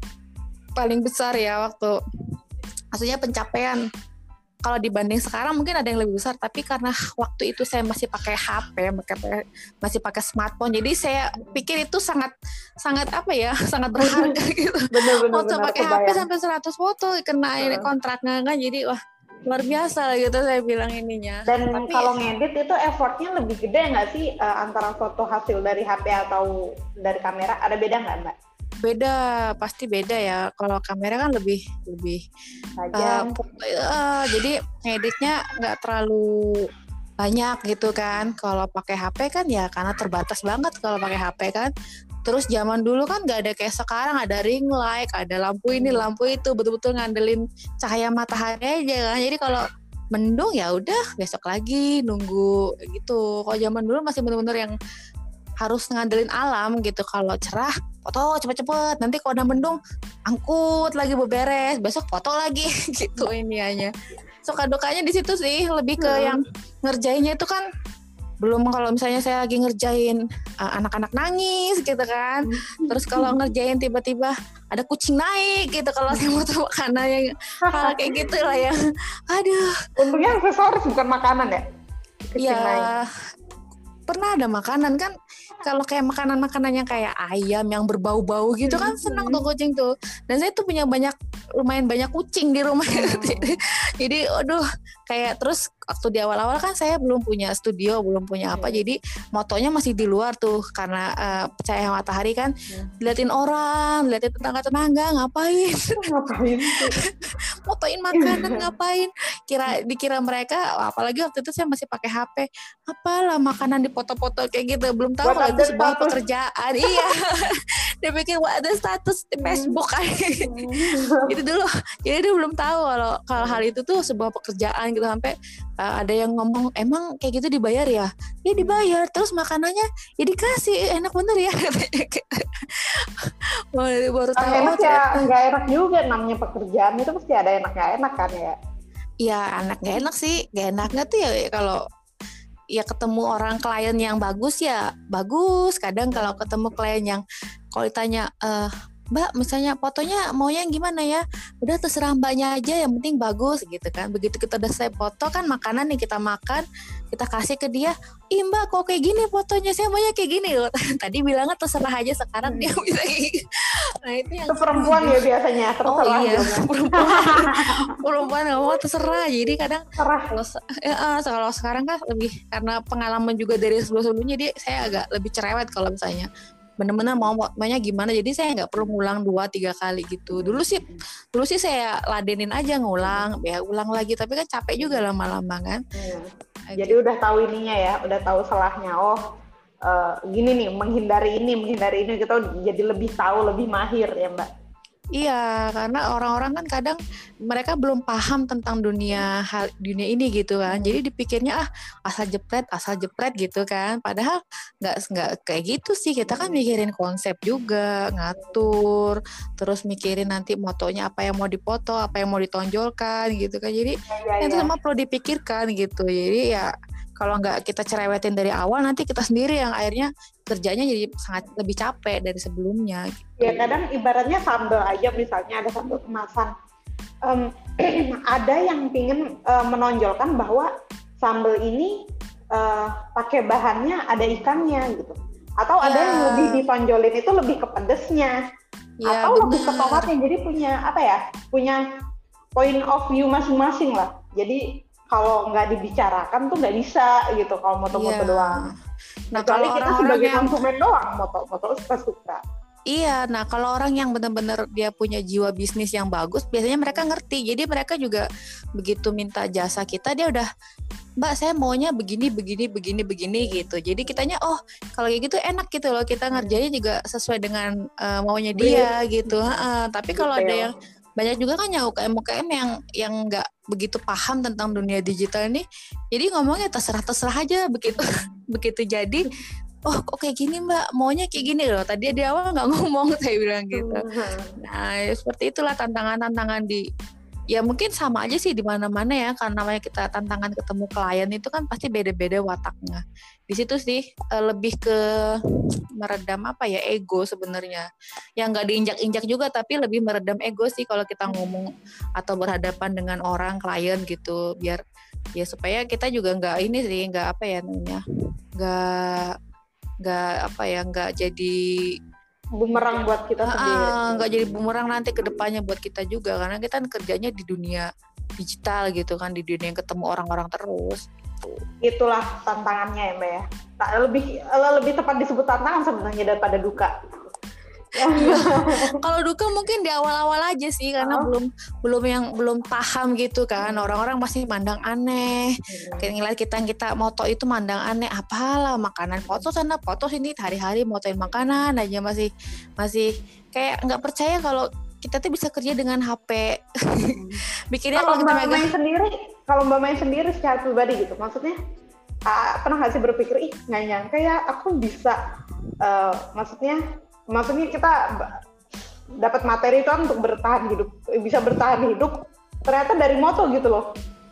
Speaker 2: paling besar ya waktu, maksudnya pencapaian. Kalau dibanding sekarang mungkin ada yang lebih besar, tapi karena waktu itu saya masih pakai H P, masih pakai smartphone, jadi saya pikir itu sangat sangat apa ya, sangat berharga gitu. Foto pakai H P sampai seratus foto kena ini kontraknya kan, jadi wah luar biasa lah gitu saya bilang ininya.
Speaker 1: Dan
Speaker 2: tapi,
Speaker 1: kalau ngedit itu effortnya lebih gede nggak sih uh, antara foto hasil dari H P atau dari kamera? Ada beda nggak Mbak?
Speaker 2: Beda, pasti beda ya. Kalau kamera kan lebih lebih uh, uh, jadi ngeditnya nggak terlalu banyak gitu kan. Kalau pakai H P kan ya karena terbatas banget kalau pakai H P kan. Terus zaman dulu kan nggak ada kayak sekarang, ada ring light, ada lampu ini, lampu itu, betul-betul ngandelin cahaya matahari aja kan. Jadi kalau mendung ya udah besok lagi nunggu gitu. Kalau zaman dulu masih benar-benar yang harus ngandelin alam gitu. Kalau cerah foto cepet-cepet, nanti kalau udah mendung angkut lagi beberes, besok foto lagi gitu iniannya. Suka dukanya di situ sih, lebih ke hmm. yang ngerjainnya itu kan belum kalau misalnya saya lagi ngerjain uh, anak-anak nangis gitu kan. Terus kalau ngerjain tiba-tiba ada kucing naik gitu, kalau saya mau tuh makanan yang hal kayak gitu lah ya. Aduh.
Speaker 1: Untungnya aksesoris bukan makanan ya? Kucing
Speaker 2: ya
Speaker 1: naik.
Speaker 2: Pernah ada makanan kan, kalau kayak makanan-makanan yang kayak ayam yang berbau-bau gitu kan senang tuh kucing tuh. Dan saya tuh punya banyak, lumayan banyak kucing di rumah. Hmm. Jadi aduh, kayak terus waktu di awal-awal kan saya belum punya studio, belum punya apa, hmm. jadi motonya masih di luar tuh karena uh, cahaya matahari kan, hmm. liatin orang, liatin tetangga-tetangga ngapain, ngapain motoin makanan ngapain, kira dikira mereka, apalagi waktu itu saya masih pakai H P, apalah makanan di foto-foto kayak gitu, belum tahu kalau itu sebuah pekerjaan. Iya, dia pikir wah ada status di Facebook aja. Itu dulu, jadi dia belum tahu kalau kalau hal itu tuh sebuah pekerjaan gitu. Sampai uh, ada yang ngomong, emang kayak gitu dibayar ya? Ya dibayar, terus makanannya ya dikasih, enak bener ya. Baru tahu.
Speaker 1: Enak ya, nggak enak juga, namanya pekerjaan itu pasti ada enak nggak enak kan ya?
Speaker 2: Iya, enak nggak enak sih, nggak enaknya tuh ya kalau ya ketemu orang klien yang bagus ya bagus. Kadang kalau ketemu klien yang kalau ditanya eh Mbak misalnya fotonya maunya yang gimana ya, udah terserah Mbaknya aja, yang penting bagus gitu kan. Begitu kita udah selesai foto kan, makanan yang kita makan kita kasih ke dia, ih Mbak kok kayak gini fotonya, saya maunya kayak gini loh. Tadi bilangnya terserah aja, sekarang dia bisa kayak gini. Nah itu yang
Speaker 1: itu perempuan ya biasanya terserah.
Speaker 2: Oh iya, perempuan perempuan ngomong terserah. Jadi kadang kalau, ya, kalau sekarang kan lebih karena pengalaman juga dari sebelum-sebelumnya, jadi saya agak lebih cerewet kalau misalnya benar-benar mau maunya gimana, jadi saya nggak perlu ngulang dua tiga kali gitu. Dulu sih dulu sih saya ladenin aja, ngulang ya ulang lagi, tapi kan capek juga lama-lama kan.
Speaker 1: Hmm. Jadi udah tahu ininya ya, udah tahu salahnya. Oh uh, gini nih, menghindari ini menghindari ini, kita jadi lebih tahu, lebih mahir ya Mbak.
Speaker 2: Iya, karena orang-orang kan kadang mereka belum paham tentang dunia hal dunia ini gitu kan. Jadi dipikirnya ah asal jepret, asal jepret gitu kan. Padahal nggak nggak kayak gitu sih. Kita kan mikirin konsep juga, ngatur, terus mikirin nanti motonya apa yang mau dipoto, apa yang mau ditonjolkan gitu kan. Jadi ya, ya, itu ya. Semua perlu dipikirkan gitu. Jadi ya kalau nggak kita cerewetin dari awal, nanti kita sendiri yang akhirnya kerjanya jadi sangat lebih capek dari sebelumnya. Gitu.
Speaker 1: Ya kadang ibaratnya sambal aja, misalnya ada sambal kemasan, um, ada yang pingin uh, menonjolkan bahwa sambal ini uh, pakai bahannya ada ikannya gitu, atau ya. Ada yang lebih ditonjolin itu lebih ke pedesnya, ya, atau bener. Lebih ke tomatnya, jadi punya apa ya, punya point of view masing-masing lah. Jadi kalau nggak dibicarakan tuh nggak bisa gitu kalau moto-moto yeah. doang. Nah, kecuali kita sebagai yang... konsumen doang moto-moto suka-suka.
Speaker 2: Iya, nah kalau orang yang benar-benar dia punya jiwa bisnis yang bagus, biasanya mereka ngerti. Jadi mereka juga begitu minta jasa kita, dia udah, Mbak saya maunya begini, begini, begini, begini gitu. Jadi kitanya, oh kalau kayak gitu enak gitu loh, kita ngerjainnya juga sesuai dengan uh, maunya dia gitu. Uh, tapi kalau ada yang banyak juga kan yang U K M U K M yang yang nggak begitu paham tentang dunia digital ini, jadi ngomongnya terserah-terserah aja begitu begitu jadi, oh kok kayak gini Mbak, maunya kayak gini loh, tadi di awal nggak ngomong, saya bilang gitu. Nah seperti itulah tantangan-tantangan di, ya mungkin sama aja sih di mana-mana ya, karena namanya kita tantangan ketemu klien itu kan pasti beda-beda wataknya. Di situ sih lebih ke meredam apa ya, ego sebenarnya. Yang nggak diinjak-injak juga, tapi lebih meredam ego sih kalau kita ngomong atau berhadapan dengan orang klien gitu, biar ya supaya kita juga nggak ini sih, nggak apa ya namanya, nggak nggak apa ya, nggak jadi
Speaker 1: bumerang buat kita sendiri.
Speaker 2: Nggak jadi bumerang nanti ke depannya buat kita juga, karena kita kan kerjanya di dunia digital gitu kan, di dunia yang ketemu orang-orang terus.
Speaker 1: Itulah tantangannya ya Mbak ya. Lebih lebih tepat disebut tantangan sebenarnya daripada duka.
Speaker 2: Kalau duka mungkin di awal-awal aja sih, karena oh. belum belum yang belum paham gitu kan, orang-orang masih mandang aneh, hmm. kayak ngeliat kita kita moto itu mandang aneh, apalah makanan foto sana foto sini, hari-hari motoin makanan aja, masih masih kayak nggak percaya kalau kita tuh bisa kerja dengan H P. Hmm. Bikinnya kalau kita
Speaker 1: Mbak main sendiri, kalau Mbak main sendiri secara pribadi gitu, maksudnya uh, pernah nggak sih berpikir, ih nggak nyangka ya aku bisa, uh, maksudnya maksudnya kita dapat materi itu kan untuk bertahan hidup, bisa bertahan hidup ternyata dari moto gitu loh.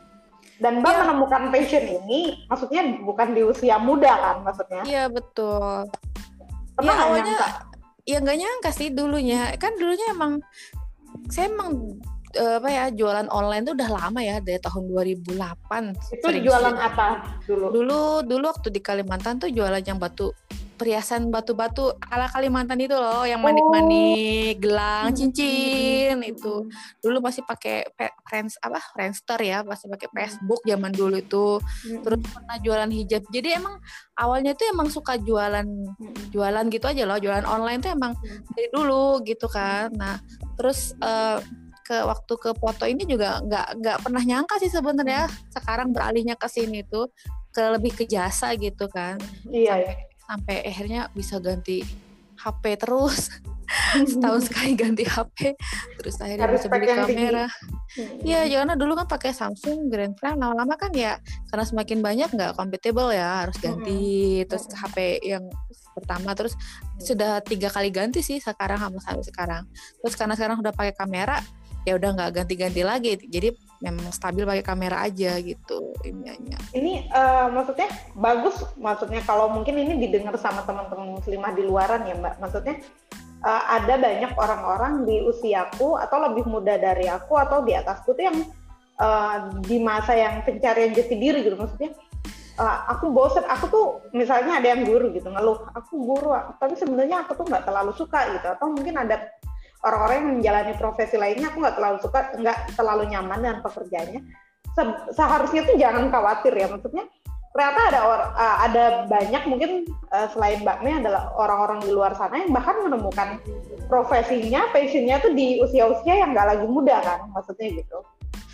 Speaker 1: Dan Mbak ya. menemukan passion ini, maksudnya bukan di usia muda kan maksudnya?
Speaker 2: Iya betul.
Speaker 1: Pernah
Speaker 2: ya awalnya
Speaker 1: nyangka?
Speaker 2: Ya nggak nyangka sih dulunya, kan dulunya emang saya emang uh, apa ya, jualan online tuh udah lama ya, dari tahun dua ribu delapan.
Speaker 1: Itu jualan sih. Apa dulu?
Speaker 2: Dulu dulu waktu di Kalimantan tuh jualan yang batu, perhiasan batu-batu ala Kalimantan itu loh, yang manik-manik, gelang, cincin hmm. itu. Dulu masih pakai friends apa Friendster ya, masih pakai Facebook zaman dulu itu. Hmm. Terus pernah jualan hijab. Jadi emang awalnya tuh emang suka jualan hmm. jualan gitu aja loh, jualan online tuh emang hmm. dari dulu gitu kan. Nah, terus uh, ke waktu ke foto ini juga nggak nggak pernah nyangka sih sebenarnya. Sekarang beralihnya ke sini tuh ke lebih ke jasa gitu kan.
Speaker 1: Iya ya.
Speaker 2: Sampai akhirnya bisa ganti H P terus. Setahun sekali ganti H P, terus akhirnya harus bisa beli kamera. Iya, hmm. karena dulu kan pakai Samsung Grand Prime, lama-lama kan ya karena semakin banyak nggak compatible ya, harus ganti. Hmm. Terus H P yang pertama terus hmm. sudah tiga kali ganti sih sekarang sampai sekarang. Terus karena sekarang udah pakai kamera, ya udah nggak ganti-ganti lagi, jadi memang stabil pakai kamera aja gitu ininya.
Speaker 1: Ini uh, maksudnya bagus, maksudnya kalau mungkin ini didengar sama teman-teman muslimah di luaran ya Mbak, maksudnya uh, ada banyak orang-orang di usiaku atau lebih muda dari aku atau di atasku tuh yang uh, di masa yang pencarian jati diri gitu, maksudnya uh, aku bosen, aku tuh misalnya ada yang guru gitu ngeluh, aku guru tapi sebenarnya aku tuh nggak terlalu suka gitu, atau mungkin ada orang-orang yang menjalani profesi lainnya aku nggak terlalu suka, nggak terlalu nyaman dengan pekerjaannya. Se- seharusnya tuh jangan khawatir ya, maksudnya ternyata ada or- uh, ada banyak mungkin uh, selain Mbak Mei adalah orang-orang di luar sana yang bahkan menemukan profesinya, passionnya tuh di usia-usia yang nggak lagi muda kan, maksudnya gitu.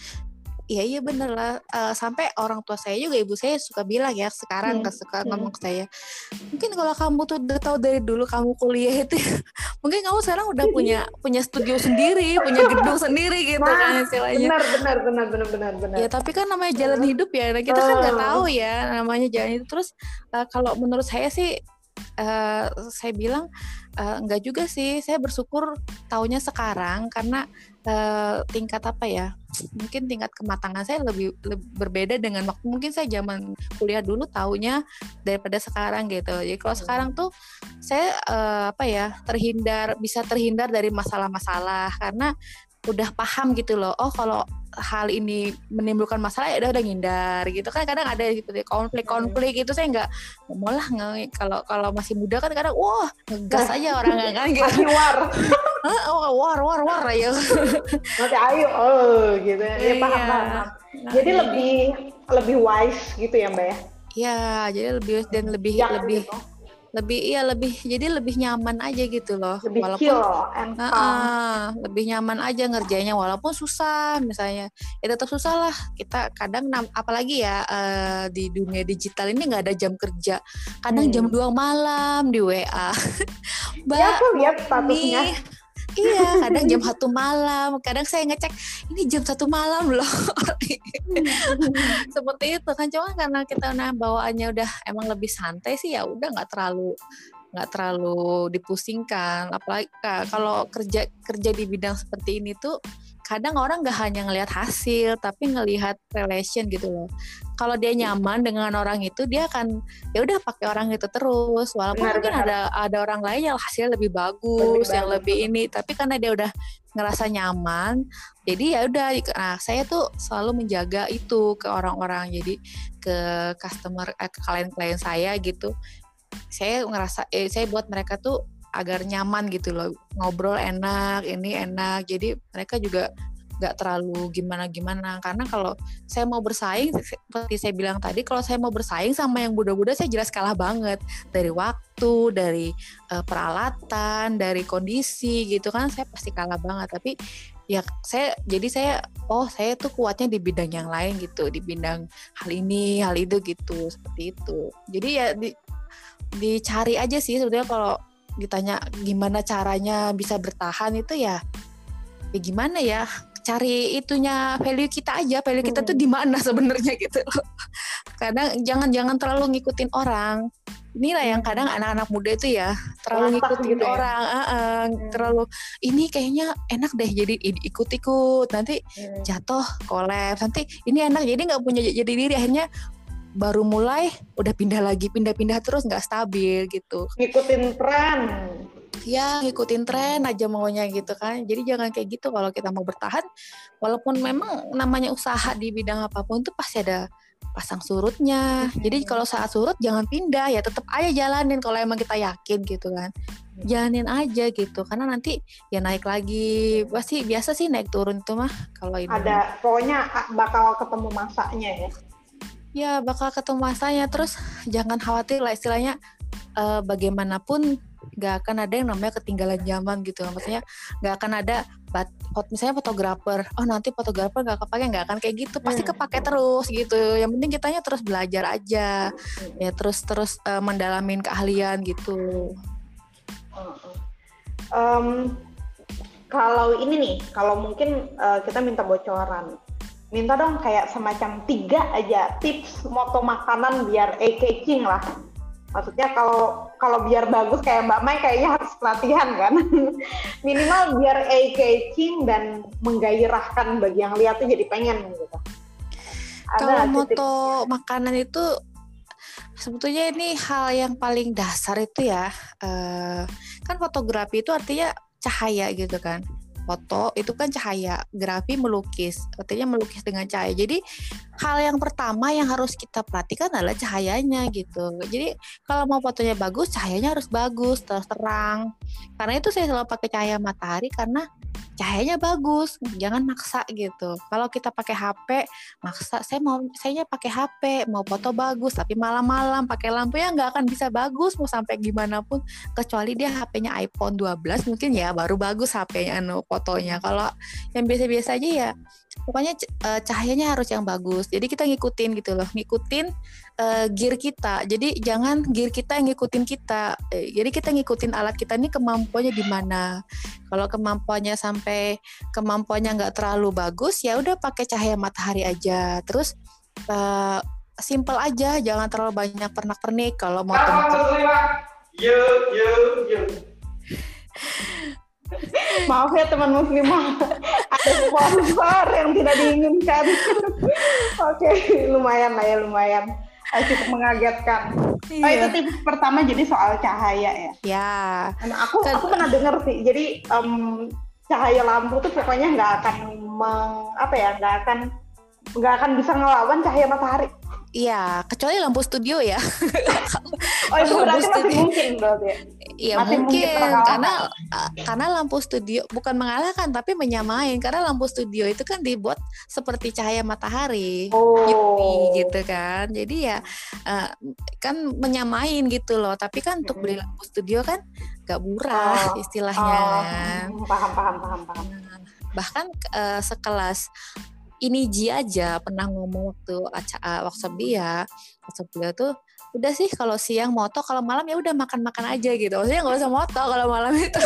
Speaker 2: Iya iya bener lah, uh, sampai orang tua saya juga, ibu saya suka bilang ya sekarang hmm. suka hmm. ngomong ke saya, mungkin kalau kamu tuh udah tahu dari dulu kamu kuliah itu mungkin kamu sekarang udah punya punya studio sendiri, punya gedung sendiri gitu nah, kan istilahnya.
Speaker 1: Benar benar benar benar benar benar.
Speaker 2: Ya tapi kan namanya jalan hidup ya, nah, kita kan nggak tahu ya namanya jalan itu. Terus uh, kalau menurut saya sih uh, saya bilang uh, enggak juga sih. Saya bersyukur taunya sekarang karena uh, tingkat apa ya? Mungkin tingkat kematangan saya lebih, lebih berbeda dengan waktu mungkin saya zaman kuliah dulu taunya daripada sekarang gitu. Jadi kalau sekarang tuh saya uh, apa ya terhindar bisa terhindar dari masalah-masalah karena udah paham gitu loh. Oh kalau hal ini menimbulkan masalah ya udah udah ngindar gitu kan. Kadang ada seperti konflik-konflik itu saya nggak mau lah nge- kalau kalau masih muda kan kadang wah ngegas aja orang kan gitu.
Speaker 1: Masih war.
Speaker 2: Oh, war war war ya.
Speaker 1: Masih ayo oh gitu. Ya paham
Speaker 2: Iya.
Speaker 1: paham.
Speaker 2: Nah,
Speaker 1: Jadi
Speaker 2: jadi-
Speaker 1: lebih lebih wise gitu ya Mbak ya.
Speaker 2: Ya, jadi lebih dan lebih
Speaker 1: Bijak
Speaker 2: lebih
Speaker 1: gitu.
Speaker 2: lebih iya lebih jadi lebih nyaman aja gitu loh.
Speaker 1: Lebih
Speaker 2: Walaupun
Speaker 1: chill and calm.
Speaker 2: uh-uh, lebih nyaman aja ngerjainnya walaupun susah misalnya. Ya tetap susah lah. Kita kadang nam- apalagi ya uh, di dunia digital ini nggak ada jam kerja. Kadang
Speaker 1: Hmm.
Speaker 2: jam dua malam di W A. Mbak,
Speaker 1: Ya aku lihat
Speaker 2: ini-
Speaker 1: statusnya.
Speaker 2: Iya, kadang jam satu malam. Kadang saya ngecek ini jam satu malam loh. Seperti itu kan, cuma karena kita nah bawaannya udah emang lebih santai sih ya udah nggak terlalu nggak terlalu dipusingkan. Apalagi Kak, kalau kerja kerja di bidang seperti ini tuh kadang orang nggak hanya ngelihat hasil tapi ngelihat relation gitu loh. Kalau dia nyaman dengan orang itu dia akan ya udah pakai orang itu terus walaupun
Speaker 1: Benar,
Speaker 2: mungkin
Speaker 1: benar.
Speaker 2: ada ada orang lain yang hasilnya lebih bagus,
Speaker 1: Lebih
Speaker 2: yang
Speaker 1: bagus,
Speaker 2: lebih ini tapi karena dia udah ngerasa nyaman jadi ya udah. Nah saya tuh selalu menjaga itu ke orang-orang, jadi ke customer eh, ke klien-klien saya gitu. Saya ngerasa eh, saya buat mereka tuh agar nyaman gitu loh, ngobrol enak, ini enak, jadi mereka juga nggak terlalu gimana-gimana. Karena kalau saya mau bersaing seperti saya bilang tadi, kalau saya mau bersaing sama yang muda-muda saya jelas kalah banget dari waktu, dari uh, peralatan, dari kondisi gitu kan, saya pasti kalah banget. Tapi ya saya jadi saya oh saya tuh kuatnya di bidang yang lain gitu, di bidang hal ini hal itu gitu, seperti itu. Jadi ya di, dicari aja sih sebetulnya. Kalau ditanya gimana caranya bisa bertahan itu ya ya gimana ya, cari itunya value kita aja, value kita tuh di mana sebenarnya gitu. Kadang jangan-jangan terlalu ngikutin orang. Inilah yang kadang anak-anak muda itu ya terlalu
Speaker 1: Latah
Speaker 2: ngikutin
Speaker 1: gitu ya.
Speaker 2: orang, uh, uh,
Speaker 1: Hmm.
Speaker 2: terlalu ini kayaknya enak deh jadi ikut-ikut, nanti
Speaker 1: Hmm.
Speaker 2: jatuh kolaps, nanti ini enak jadi nggak punya jadi diri, akhirnya baru mulai udah pindah lagi, pindah-pindah terus nggak stabil gitu.
Speaker 1: Ngikutin tren.
Speaker 2: Ya ngikutin tren aja maunya gitu kan. Jadi jangan kayak gitu kalau kita mau bertahan. Walaupun memang namanya usaha di bidang apapun tuh pasti ada pasang surutnya. Jadi kalau saat surut jangan pindah, ya tetap aja jalanin kalau emang kita yakin gitu kan. Jalanin aja gitu, karena nanti ya naik lagi. Pasti biasa sih naik turun itu mah kalau ini.
Speaker 1: Ada pokoknya bakal ketemu masanya ya.
Speaker 2: Ya bakal ketemu masanya. Terus jangan khawatir lah, istilahnya eh, bagaimanapun gak akan ada yang namanya ketinggalan zaman gitu. Maksudnya gak akan ada bat, misalnya fotografer, oh nanti fotografer gak kepake, gak akan kayak gitu, pasti kepake terus gitu. Yang penting kitanya terus belajar aja, ya terus terus uh, mendalamin keahlian gitu.
Speaker 1: Um, kalau ini nih, kalau mungkin uh, kita minta bocoran, minta dong kayak semacam tiga aja tips moto makanan biar eye-catching lah. Maksudnya kalau kalau biar bagus kayak Mbak Mai kayaknya harus pelatihan kan. Minimal biar eye-catching dan menggairahkan bagi yang lihat tuh jadi pengen gitu.
Speaker 2: Kalau moto makanan itu sebetulnya ini hal yang paling dasar itu ya. Uh, kan fotografi itu artinya cahaya gitu kan. Foto itu kan cahaya, grafi melukis, artinya melukis dengan cahaya. Jadi hal yang pertama yang harus kita perhatikan adalah cahayanya gitu. Jadi kalau mau fotonya bagus, cahayanya harus bagus, terus terang. Karena itu saya selalu pakai cahaya matahari karena cahayanya bagus, jangan maksa gitu. Kalau kita pakai H P, maksa saya mau saya pakai H P, mau foto bagus, tapi malam-malam pakai lampu ya nggak akan bisa bagus mau sampai gimana pun, kecuali dia H P-nya iPhone dua belas mungkin ya baru bagus H P-nya anu fotonya. Kalau yang biasa-biasa aja ya pokoknya uh, cahayanya harus yang bagus. Jadi kita ngikutin gitu loh, ngikutin uh, gear kita. Jadi jangan gear kita yang ngikutin kita. Eh, jadi kita ngikutin alat kita ini kemampuannya di mana. Kalau kemampuannya sampai kemampuannya nggak terlalu bagus, ya udah pakai cahaya matahari aja. Terus uh, simple aja, jangan terlalu banyak pernak-pernik. Kalau mau tempat
Speaker 1: Yuk, yuk, yuk. Maaf ya teman muslimah, ada sponsor yang tidak diinginkan. Oke, lumayan lah ya, lumayan. Cukup mengagetkan. Iya. Oh, itu tips pertama jadi soal cahaya ya.
Speaker 2: Ya.
Speaker 1: Nah, aku Ken- aku pernah dengar sih. Jadi um, cahaya lampu tuh pokoknya nggak akan meng, apa ya, nggak akan nggak akan bisa ngelawan cahaya matahari.
Speaker 2: Iya, kecuali lampu studio ya.
Speaker 1: Oh itu berarti masih mungkin berarti.
Speaker 2: Iya mungkin, mungkin karena karena lampu studio bukan mengalahkan tapi menyamain, karena lampu studio itu kan dibuat seperti cahaya matahari,
Speaker 1: oh.
Speaker 2: U V gitu kan. Jadi ya uh, kan menyamain gitu loh. Tapi kan untuk beli lampu studio kan gak murah oh. istilahnya.
Speaker 1: Oh. Paham paham paham paham.
Speaker 2: Bahkan uh, sekelas ini Ji aja pernah ngomong waktu acara workshop dia, workshop dia tuh udah sih kalau siang moto, kalau malam ya udah makan-makan aja gitu. Maksudnya nggak usah moto kalau malam itu.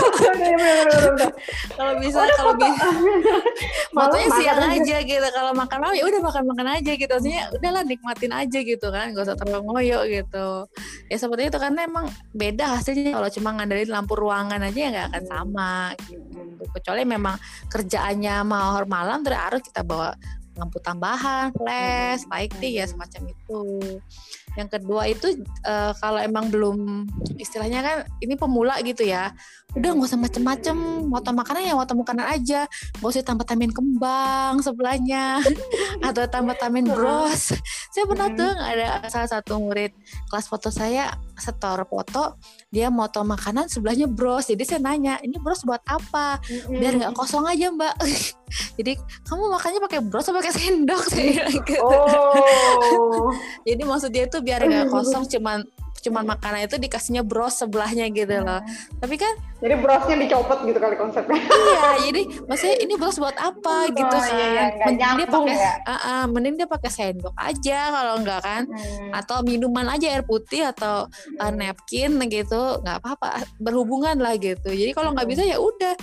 Speaker 2: Kalau bisa kalau bisa motonya siang aja gitu. Kalau makan malam ya udah makan-makan aja gitu. Maksudnya udahlah nikmatin aja gitu kan, nggak usah terlalu ngoyo gitu. Ya seperti itu, karena emang beda hasilnya kalau cuma ngandelin lampu ruangan aja ya nggak akan sama gitu. Kecuali memang kerjaannya mau malam terus harus kita bawa lampu tambahan, flash, lighting ya semacam itu. Yang kedua itu uh, kalau emang belum istilahnya kan ini pemula gitu ya, udah nggak usah macem-macem, moto makanan ya moto makanan aja, nggak usah tambah-tambahin kembang sebelahnya atau tambah-tambahin bros. Saya pernah tuh ada salah satu murid kelas foto saya setor foto, dia moto makanan sebelahnya bros. Jadi saya nanya, ini bros buat apa? Biar nggak kosong aja mbak. Jadi kamu makannya pakai bros atau pakai sendok? Saya gitu.
Speaker 1: Oh.
Speaker 2: Jadi maksud dia tuh biar nggak kosong, cuman cuman makanan itu dikasihnya bros sebelahnya gitu loh. Tapi kan
Speaker 1: jadi brosnya dicopot gitu kali konsepnya.
Speaker 2: Iya, jadi maksudnya ini bros buat apa gitu
Speaker 1: oh,
Speaker 2: kan.
Speaker 1: Iya, iya,
Speaker 2: mending dia pakai
Speaker 1: ya?
Speaker 2: uh, uh, mending dia pakai sendok aja kalau enggak kan. Hmm. Atau minuman aja, air putih atau uh, napkin gitu, enggak apa-apa, berhubungan lah gitu. Jadi kalau enggak bisa ya udah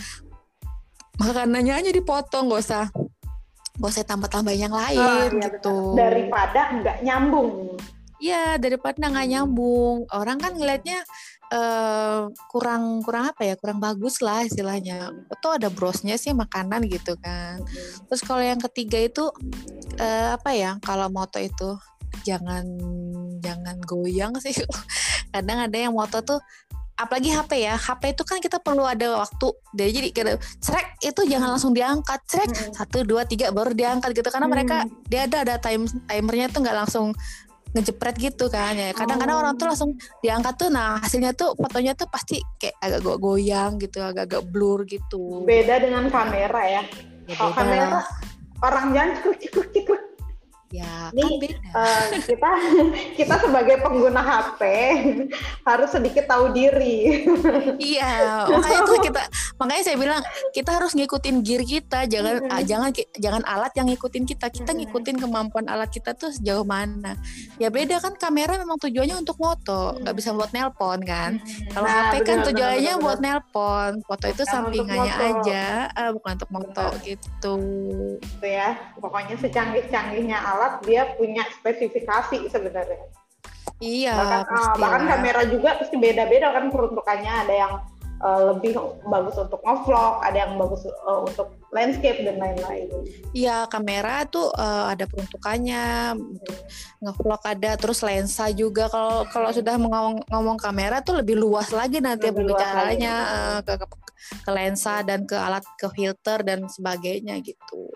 Speaker 2: makanannya aja dipotong, enggak usah enggak usah tambah-tambahin yang lain oh, iya, gitu.
Speaker 1: Daripada enggak nyambung.
Speaker 2: Iya, daripada nggak nyambung. Orang kan ngelihatnya uh, kurang kurang apa ya, kurang bagus lah istilahnya. Atau ada brosnya sih makanan gitu kan. Terus kalau yang ketiga itu uh, apa ya? Kalau moto itu jangan jangan goyang sih. Kadang ada yang moto tuh, apalagi H P ya, H P itu kan kita perlu ada waktu. Jadi jadi cerek itu jangan langsung diangkat, cerek satu dua tiga baru diangkat gitu, karena mereka dia ada ada time timernya tuh nggak langsung ngejepret gitu kan ya. Kadang-kadang oh. orang tuh langsung diangkat tuh, nah hasilnya tuh fotonya tuh pasti kayak agak goyang gitu, agak-agak blur gitu.
Speaker 1: Beda dengan kamera ya. ya Kalau kamera orang jangan cikluk-cikluk.
Speaker 2: Ya,
Speaker 1: ini,
Speaker 2: kan beda.
Speaker 1: Uh, kita kita sebagai pengguna H P harus sedikit tahu diri.
Speaker 2: Iya, makanya tuh kita makanya saya bilang kita harus ngikutin gear kita, jangan mm-hmm. ah, jangan jangan alat yang ngikutin kita. Kita ngikutin kemampuan alat kita tuh sejauh mana. Ya beda kan, kamera memang tujuannya untuk foto, nggak bisa buat nelpon kan. Kalau nah, H P bener, kan tujuannya bener, buat nelpon, foto itu bukan sampingannya aja, ah, bukan untuk foto gitu.
Speaker 1: Gitu ya, pokoknya secanggih-canggihnya alat alat dia punya spesifikasi sebenarnya.
Speaker 2: Iya.
Speaker 1: Bahkan, uh, bahkan kamera juga pasti beda-beda kan peruntukannya. Ada yang uh, lebih bagus untuk nge-vlog, ada yang bagus uh, untuk landscape dan lain-lain.
Speaker 2: Iya, kamera tuh uh, ada peruntukannya untuk nge-vlog ada, terus lensa juga. Kalau kalau sudah ngomong, ngomong kamera tuh lebih luas lagi nanti berbicaranya uh, ke, ke ke lensa dan ke alat, ke filter dan sebagainya gitu.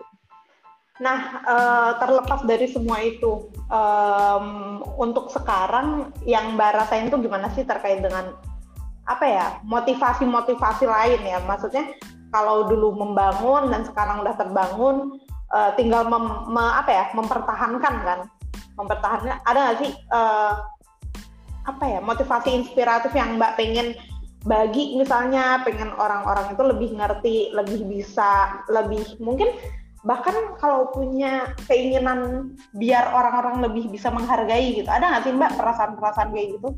Speaker 1: Nah, uh, terlepas dari semua itu, um, untuk sekarang yang Mbak rasain tuh gimana sih terkait dengan apa ya, motivasi-motivasi lain ya? Maksudnya kalau dulu membangun dan sekarang udah terbangun, uh, tinggal mem, me, apa ya, mempertahankan kan? Mempertahankan. Ada nggak sih uh, apa ya, motivasi inspiratif yang Mbak pengen bagi, misalnya pengen orang-orang itu lebih ngerti, lebih bisa, lebih mungkin bahkan kalau punya keinginan biar orang-orang lebih bisa menghargai gitu, ada nggak sih Mbak perasaan-perasaan kayak gitu?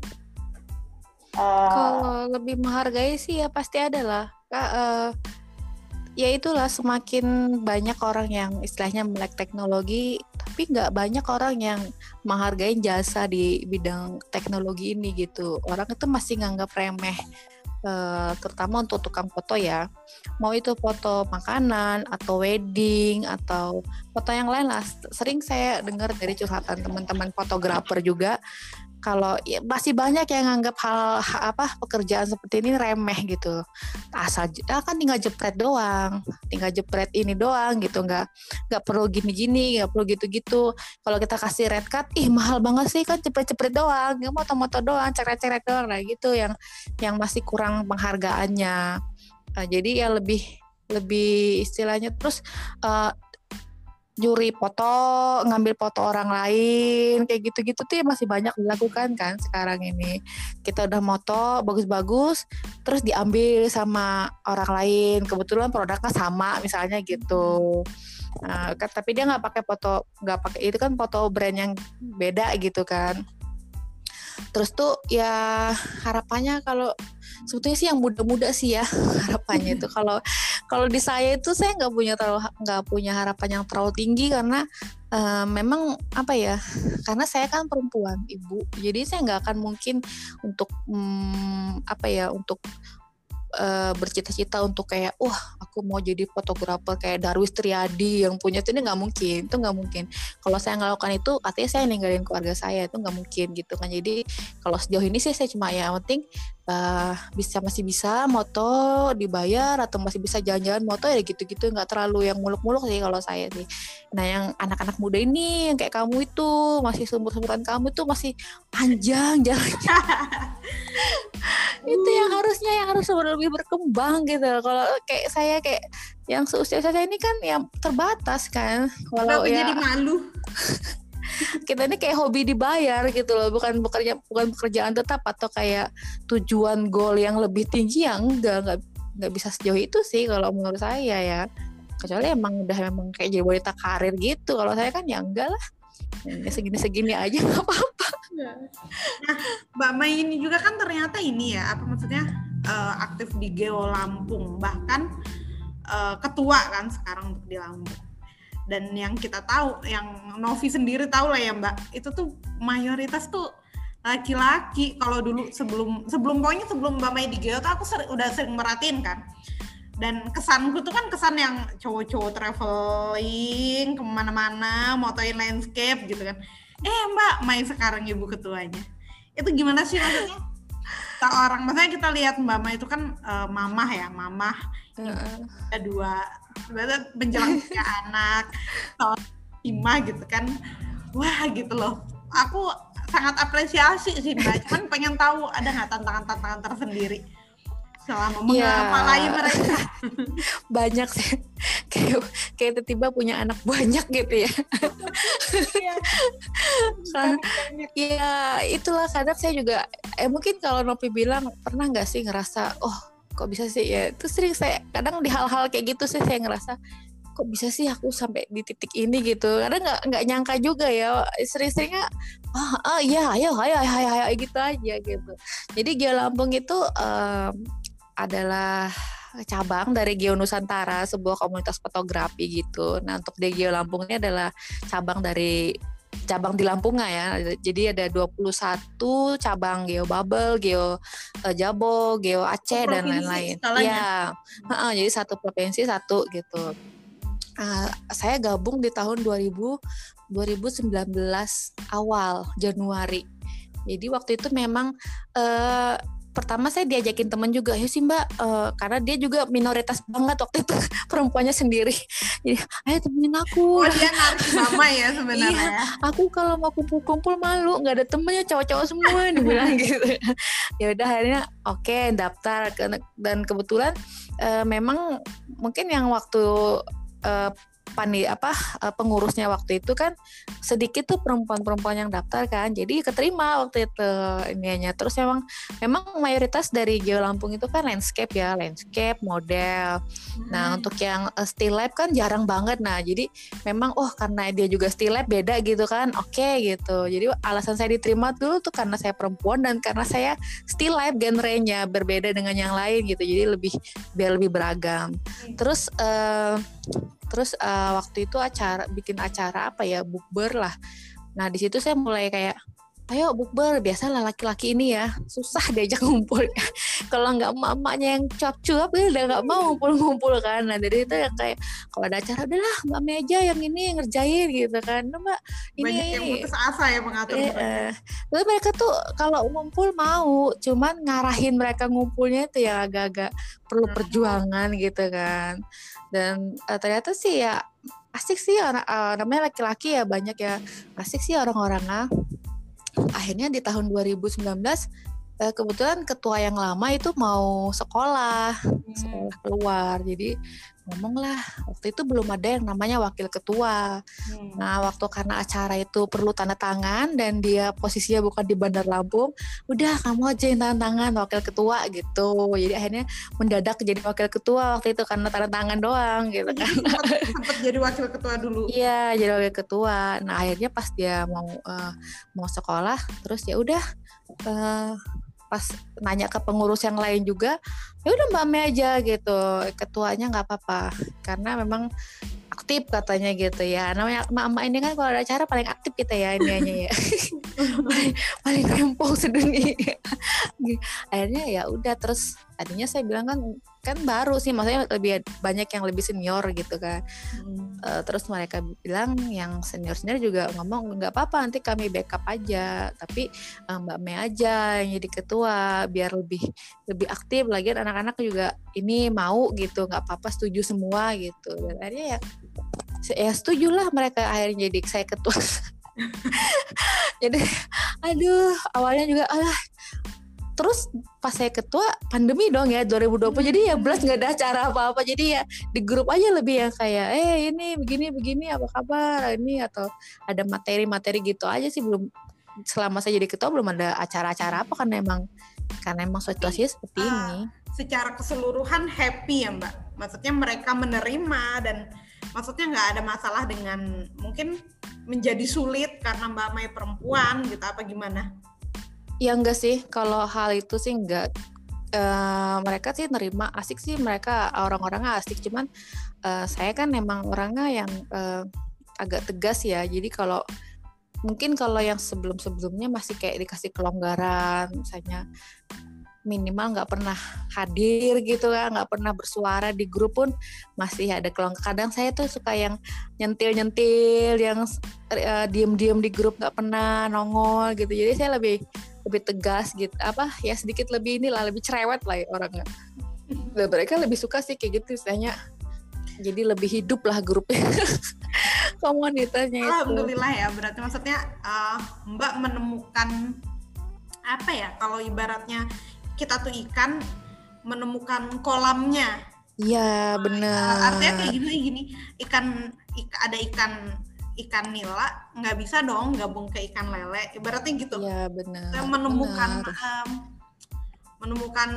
Speaker 2: Uh, kalau lebih menghargai sih ya pasti ada lah. Uh, ya itulah, semakin banyak orang yang istilahnya melek teknologi, tapi nggak banyak orang yang menghargai jasa di bidang teknologi ini gitu. Orang itu masih nganggap remeh, uh, terutama untuk tukang foto ya. Mau itu foto makanan atau wedding atau foto yang lain lah. Sering saya dengar dari curhatan teman-teman fotografer juga, kalau ya, masih banyak yang nganggap hal apa pekerjaan seperti ini remeh gitu. Asal ah, kan tinggal jepret doang, tinggal jepret ini doang gitu, nggak nggak perlu gini-gini, nggak perlu gitu-gitu. Kalau kita kasih red card, ih mahal banget sih kan jepret-jepret doang, nggak moto-moto doang, ceret-ceret doang lah gitu, yang yang masih kurang penghargaannya. Nah, jadi ya lebih lebih istilahnya terus uh, nyuri foto, ngambil foto orang lain, kayak gitu-gitu tuh ya masih banyak dilakukan kan sekarang ini. Kita udah moto bagus-bagus, terus diambil sama orang lain. Kebetulan produknya sama, misalnya gitu. Nah, kan, tapi dia nggak pakai foto, nggak pakai itu kan foto brand yang beda gitu kan. Terus tuh ya harapannya kalau sebetulnya sih yang muda-muda sih ya harapannya itu kalau kalau di saya itu saya nggak punya terlalu nggak punya harapan yang terlalu tinggi karena uh, memang apa ya, karena saya kan perempuan ibu, jadi saya nggak akan mungkin untuk hmm, apa ya untuk Uh, bercita-cita untuk kayak wah aku mau jadi fotografer kayak Darwis Triadi yang punya itu, ini nggak mungkin, itu nggak mungkin. Kalau saya ngelakukan itu artinya saya ninggalin keluarga saya, itu nggak mungkin gitu kan. Jadi kalau sejauh ini sih saya cuma ya yang penting uh, bisa masih bisa moto dibayar atau masih bisa jalan-jalan moto ya gitu-gitu, nggak terlalu yang muluk-muluk sih kalau saya sih. Nah yang anak-anak muda ini yang kayak kamu itu masih sumur-sumuran kamu itu masih panjang jalannya. Itu yang harusnya yang harus lebih berkembang gitu. Kalau kayak saya kayak yang seusia saya ini kan yang terbatas kan. Kalau ya
Speaker 1: jadi malu.
Speaker 2: Kita ini kayak hobi dibayar gitu loh, bukan bekerja bukan pekerjaan tetap atau kayak tujuan goal yang lebih tinggi, yang enggak enggak enggak bisa sejauh itu sih kalau menurut saya ya. Kecuali emang udah memang kayak jadi wanita karir gitu. Kalau saya kan ya enggak lah. Ya segini-segini aja enggak apa-apa.
Speaker 1: Nah, Mbak Mai ini juga kan ternyata ini ya, apa maksudnya uh, aktif di Geo Lampung, bahkan uh, ketua kan sekarang untuk di Lampung. Dan yang kita tahu, yang Novi sendiri tahu lah ya Mbak, itu tuh mayoritas tuh laki-laki. Kalau dulu sebelum sebelum pokoknya sebelum Mbak Mai di Geo tuh aku sering, udah sering merhatiin kan. Dan kesanku tuh kan kesan yang cowok-cowok traveling kemana-mana, motoin landscape gitu kan. Eh Mbak Mai sekarang ibu ketuanya, itu gimana sih maksudnya? Tak orang, maksudnya kita lihat Mbak Mai itu kan uh, mamah ya, mamah, uh. ada dua, berarti menjelang tiga anak, tahun lima gitu kan, wah gitu loh. Aku sangat apresiasi sih Mbak, cuman pengen tahu ada nggak tantangan-tantangan tersendiri selama mengamalai yeah. mereka?
Speaker 2: Banyak sih, kayak kayak tiba-tiba punya anak banyak gitu ya. Kan, ya itulah kadang saya juga eh mungkin kalau Nopi bilang pernah nggak sih ngerasa oh kok bisa sih ya, itu sering saya kadang di hal-hal kayak gitu sih saya ngerasa kok bisa sih aku sampai di titik ini gitu. Kadang nggak nggak nyangka juga ya, sering-seringnya oh, oh iya ayo ayo ayo ayo gitu aja gitu. Jadi Geo Lampung itu um, adalah cabang dari Geo Nusantara, sebuah komunitas fotografi gitu. Nah untuk di Geo Lampung ini adalah cabang dari cabang di Lampung ya. Jadi ada dua puluh satu cabang Geo Bubble, Geo uh, Jabo, Geo Aceh dan lain-lain. Iya. Uh, jadi satu provinsi satu gitu. Uh, saya gabung di tahun dua ribu sembilan belas awal Januari. Jadi waktu itu memang uh, pertama saya diajakin teman juga, ya sih Mbak, uh, karena dia juga minoritas banget waktu itu, perempuannya sendiri. Jadi, ayo temenin aku.
Speaker 1: Oh dia narik mama ya sebenarnya. Iya,
Speaker 2: aku kalau mau kumpul-kumpul malu, nggak ada temennya, cowok-cowok semua, dibilang gitu. Ya udah akhirnya oke okay, daftar, dan kebetulan uh, memang mungkin yang waktu uh, Pandi apa pengurusnya waktu itu kan sedikit tuh perempuan-perempuan yang daftar kan, jadi keterima waktu itu ininya. Terus memang memang mayoritas dari Geo Lampung itu kan landscape ya, landscape model. Hmm. Nah untuk yang uh, still life kan jarang banget. Nah jadi memang oh karena dia juga still life beda gitu kan, oke okay, gitu. Jadi alasan saya diterima dulu tuh karena saya perempuan dan karena saya still life genrenya berbeda dengan yang lain gitu, jadi lebih biar lebih beragam. Hmm. Terus uh, terus uh, uh, waktu itu acara bikin acara apa ya, bukber lah. Nah di situ saya mulai kayak, ayo bukber, biasalah laki-laki ini ya susah diajak ngumpul. Kalau nggak emak-emaknya yang cuap-cuap ya udah nggak mau ngumpul-ngumpul kan. Nah dari itu ya kayak kalau ada acara udahlah Mbak Me aja yang ini ngerjain gitu kan. Nah, Mbak ini
Speaker 1: banyak yang putus asa ya mengatur
Speaker 2: eh, eh. Terus mereka tuh kalau ngumpul mau, cuman ngarahin mereka ngumpulnya itu ya agak-agak perlu perjuangan gitu kan. Dan uh, ternyata sih ya asik sih orang uh, namanya laki-laki ya banyak ya asik sih orang-orangnya. Akhirnya di tahun dua ribu sembilan belas eh, kebetulan ketua yang lama itu mau sekolah hmm. sekolah keluar, jadi ngomonglah waktu itu belum ada yang namanya wakil ketua. hmm. Nah waktu karena acara itu perlu tanda tangan dan dia posisinya bukan di Bandar Lampung, udah kamu aja yang tanda tangan wakil ketua gitu. Jadi akhirnya mendadak jadi wakil ketua waktu itu karena tanda tangan doang gitu kan.
Speaker 1: sempat, sempat jadi wakil ketua dulu.
Speaker 2: Iya jadi wakil ketua. Nah akhirnya pas dia mau uh, mau sekolah terus ya udah uh, pas nanya ke pengurus yang lain juga, ya udah Mbak Me aja gitu, ketuanya nggak apa-apa karena memang aktif katanya gitu ya. Namanya emak-emak ini kan kalau ada acara paling aktif kita ya iniannya ya. paling paling rempong sedunia. Akhirnya ya udah, terus tadinya saya bilang kan kan baru sih, maksudnya lebih banyak yang lebih senior gitu kan. Hmm. Uh, terus mereka bilang yang senior-senior juga ngomong nggak apa-apa nanti kami backup aja, tapi uh, Mbak Me aja yang jadi ketua biar lebih lebih aktif. Lagian anak-anak juga ini mau gitu, nggak apa-apa, setuju semua gitu. Dan akhirnya ya ya setuju lah mereka akhirnya jadi saya ketua. Jadi aduh awalnya juga alah. Terus pas saya ketua pandemi dong ya dua ribu dua puluh, jadi ya belas nggak ada acara apa-apa, jadi ya di grup aja lebih yang kayak eh ini begini begini apa kabar ini, atau ada materi-materi gitu aja sih. Belum, selama saya jadi ketua belum ada acara-acara apa karena emang karena emang situasinya seperti uh, ini.
Speaker 1: Secara keseluruhan happy ya Mbak, maksudnya mereka menerima dan maksudnya nggak ada masalah dengan mungkin menjadi sulit karena Mbak Mai perempuan gitu apa gimana?
Speaker 2: Ya enggak sih, kalau hal itu sih enggak. Uh, mereka sih nerima, asik sih mereka, orang-orangnya asik. Cuman uh, saya kan memang orangnya yang uh, agak tegas ya. Jadi kalau mungkin kalau yang sebelum-sebelumnya masih kayak dikasih kelonggaran, misalnya minimal nggak pernah hadir gitu kan, nggak pernah bersuara di grup pun masih ada kelonggaran. Kadang saya tuh suka yang nyentil-nyentil, yang uh, diem-diem di grup nggak pernah nongol gitu. Jadi saya lebih lebih tegas gitu, apa ya sedikit lebih inilah, lebih cerewet lah ya orangnya. Dan mereka lebih suka sih kayak gitu istilahnya. Jadi lebih hidup lah grupnya. Komunitasnya itu.
Speaker 1: Alhamdulillah ya, berarti maksudnya uh, Mbak menemukan apa ya, kalau ibaratnya kita tuh ikan menemukan kolamnya.
Speaker 2: Iya benar.
Speaker 1: Uh, artinya kayak gini gini, ikan, ikan ada ikan ikan nila nggak bisa dong gabung ke ikan lele, ibaratnya gitu.
Speaker 2: Iya benar.
Speaker 1: Saya menemukan um, menemukan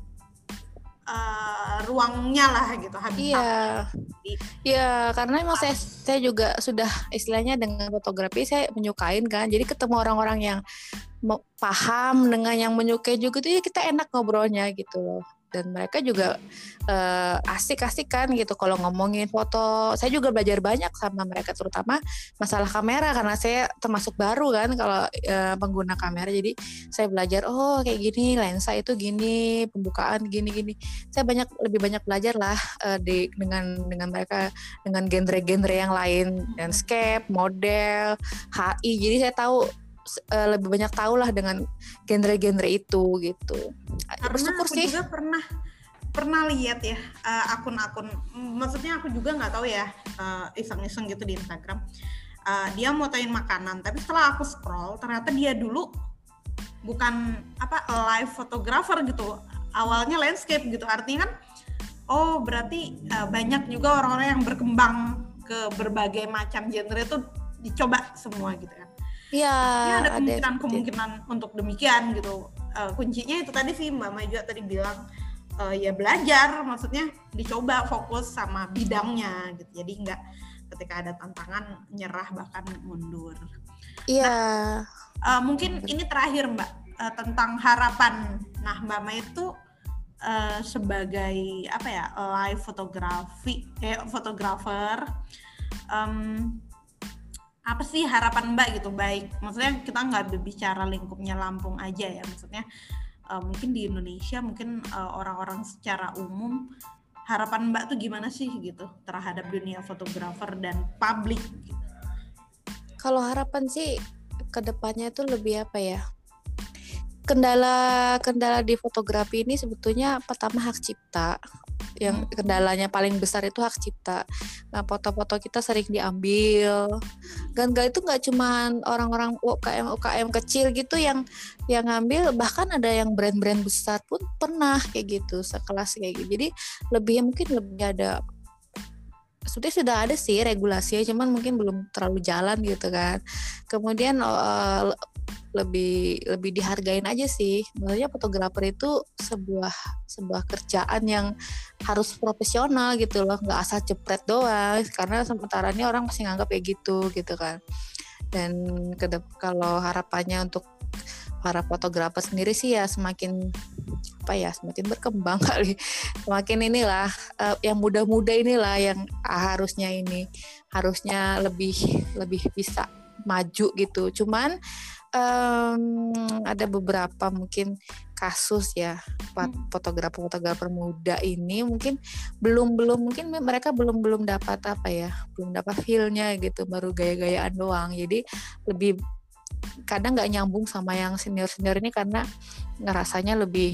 Speaker 1: uh, ruangnya lah gitu.
Speaker 2: Iya. Iya karena emang saya saya juga sudah istilahnya dengan fotografi saya menyukain kan, jadi ketemu orang-orang yang paham dengan yang menyukai juga tuh ya kita enak ngobrolnya gitu loh. Dan mereka juga uh, asik-asik kan gitu kalau ngomongin foto. Saya juga belajar banyak sama mereka, terutama masalah kamera karena saya termasuk baru kan kalau uh, pengguna kamera. Jadi saya belajar oh kayak gini, lensa itu gini, pembukaan gini-gini. Saya banyak lebih banyak belajar lah uh, di dengan dengan mereka, dengan genre-genre yang lain, landscape, model, H I. Jadi saya tahu Uh, lebih banyak tahu lah dengan genre-genre itu gitu.
Speaker 1: Karena bersyukur aku sih. juga pernah pernah lihat ya uh, akun-akun, maksudnya aku juga nggak tahu ya uh, iseng-iseng gitu di Instagram. Uh, dia motoin makanan, tapi setelah aku scroll ternyata dia dulu bukan apa live photographer gitu. Awalnya landscape gitu. Artinya kan oh berarti uh, banyak juga orang-orang yang berkembang ke berbagai macam genre itu dicoba semua gitu kan.
Speaker 2: Iya,
Speaker 1: ya, ada kemungkinan-kemungkinan untuk demikian gitu. Uh, kuncinya itu tadi sih Mbak Mai juga tadi bilang uh, ya belajar, maksudnya dicoba fokus sama bidangnya gitu. Jadi nggak ketika ada tantangan nyerah bahkan mundur.
Speaker 2: Iya.
Speaker 1: Nah, uh, mungkin ini terakhir Mbak uh, tentang harapan. Nah Mbak Mai itu
Speaker 3: uh, sebagai apa ya live fotografi, eh fotografer, um, apa sih harapan Mbak gitu? Baik, maksudnya kita nggak berbicara lingkupnya Lampung aja ya, maksudnya uh, mungkin di Indonesia, mungkin uh, orang-orang secara umum, harapan Mbak tuh gimana sih gitu terhadap dunia fotografer dan publik? Gitu.
Speaker 2: Kalau harapan sih kedepannya itu lebih apa ya? Kendala-kendala di fotografi ini sebetulnya pertama hak cipta. Yang kendalanya paling besar itu hak cipta. Nah, foto-foto kita sering diambil. Dan gak itu nggak cuman orang-orang U K M U K M kecil gitu yang yang ngambil, bahkan ada yang brand-brand besar pun pernah kayak gitu, sekelas kayak gitu. Jadi lebih mungkin lebih ada, sebetulnya sudah ada sih regulasinya, cuman mungkin belum terlalu jalan gitu kan. Kemudian uh, lebih lebih dihargain aja sih. Maksudnya fotografer itu sebuah sebuah kerjaan yang harus profesional gitu loh, nggak asal jepret doang. Karena sementara ini orang masih nganggap kayak gitu gitu kan. Dan kedep, kalau harapannya untuk para fotografer sendiri sih ya semakin apa ya semakin berkembang kali, semakin inilah uh, yang muda-muda inilah yang harusnya ini harusnya lebih lebih bisa maju gitu. Cuman um, ada beberapa mungkin kasus ya fotografer-fotografer muda ini mungkin belum belum mungkin mereka belum belum dapat apa ya belum dapat feel-nya gitu, baru gaya-gayaan doang. Jadi lebih kadang nggak nyambung sama yang senior-senior ini karena ngerasanya lebih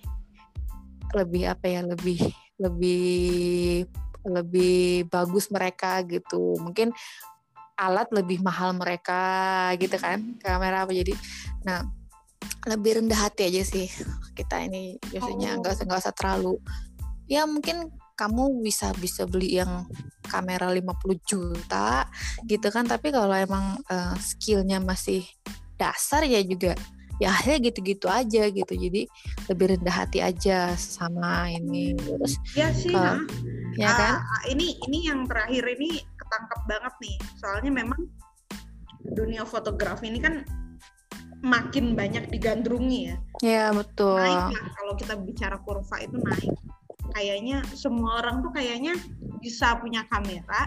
Speaker 2: lebih apa ya lebih lebih lebih bagus mereka gitu, mungkin alat lebih mahal mereka gitu kan, kamera apa. Jadi nah lebih rendah hati aja sih kita ini biasanya, nggak oh. nggak usah terlalu ya, mungkin kamu bisa bisa beli yang kamera lima puluh juta gitu kan, tapi kalau emang uh, skillnya masih dasar ya juga ya akhirnya gitu-gitu aja gitu. Jadi lebih rendah hati aja sama ini. Terus
Speaker 3: ya sih
Speaker 2: uh,
Speaker 3: nah
Speaker 2: ya uh, kan
Speaker 3: ini ini yang terakhir ini ketangkap banget nih, soalnya memang dunia fotografi ini kan makin banyak digandrungi ya.
Speaker 2: Ya betul.
Speaker 3: Naik lah, kalau kita bicara kurva itu naik. Kayaknya semua orang tuh kayaknya bisa punya kamera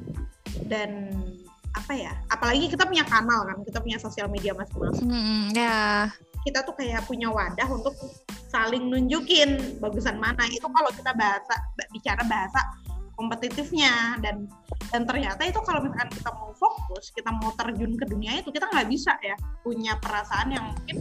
Speaker 3: dan apa ya, apalagi kita punya kanal kan, kita punya sosial media masing-masing.
Speaker 2: Hmm, ya.
Speaker 3: Kita tuh kayak punya wadah untuk saling nunjukin bagusan mana. Itu kalau kita bahasa bicara bahasa kompetitifnya, dan dan ternyata itu kalau misalkan kita mau fokus, kita mau terjun ke dunia itu, kita nggak bisa ya punya perasaan yang mungkin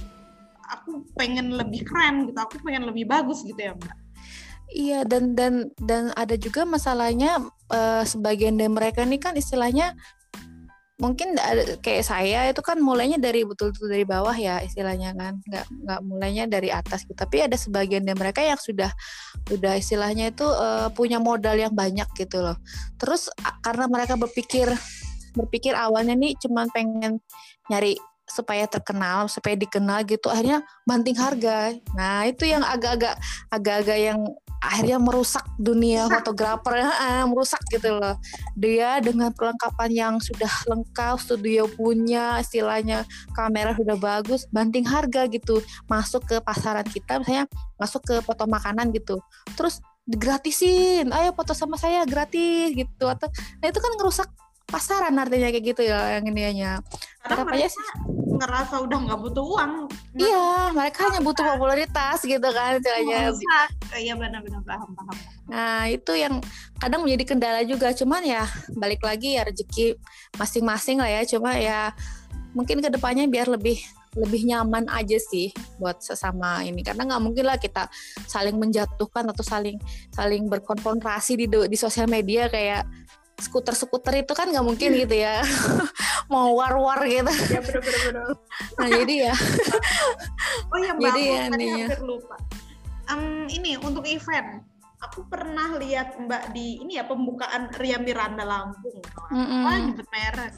Speaker 3: aku pengen lebih keren gitu, aku pengen lebih bagus gitu ya Mbak.
Speaker 2: Iya, dan dan dan ada juga masalahnya uh, sebagian dari mereka ini kan istilahnya mungkin ada, kayak saya itu kan mulainya dari betul-betul dari bawah ya istilahnya kan, nggak nggak mulainya dari atas gitu. Tapi ada sebagian dari mereka yang sudah udah istilahnya itu uh, punya modal yang banyak gitu loh. Terus karena mereka berpikir berpikir awalnya nih cuman pengen nyari supaya terkenal, supaya dikenal gitu, akhirnya banting harga. Nah itu yang agak-agak agak-agak yang akhirnya merusak dunia fotografer, eh, merusak gitu loh. Dia dengan perlengkapan yang sudah lengkap, studio punya, istilahnya kamera sudah bagus, banting harga gitu, masuk ke pasaran kita, misalnya masuk ke foto makanan gitu, terus digratisin, ayo foto sama saya gratis gitu, atau nah itu kan ngerusak pasaran artinya kayak gitu ya yang ininya.
Speaker 3: Karena mereka sih ngerasa udah nggak butuh uang.
Speaker 2: Iya, mereka hanya butuh popularitas gitu kan istilahnya.
Speaker 3: Iya benar-benar paham paham.
Speaker 2: Nah itu yang kadang menjadi kendala juga. Cuman ya balik lagi ya rezeki masing-masing lah ya. Cuma ya mungkin kedepannya biar lebih lebih nyaman aja sih buat sesama ini, karena nggak mungkin lah kita saling menjatuhkan atau saling saling berkonfrontasi di di sosial media kayak skuter-skuter itu kan nggak mungkin gitu ya. Mau war-war gitu
Speaker 3: ya, bener-bener.
Speaker 2: Nah jadi ya
Speaker 3: oh ya Mbak,
Speaker 2: jadi
Speaker 3: aku
Speaker 2: ya,
Speaker 3: tadi
Speaker 2: ya.
Speaker 3: hampir lupa um, ini untuk event aku pernah lihat Mbak di ini ya pembukaan Ria Miranda Lampung. Wah nyebut merek.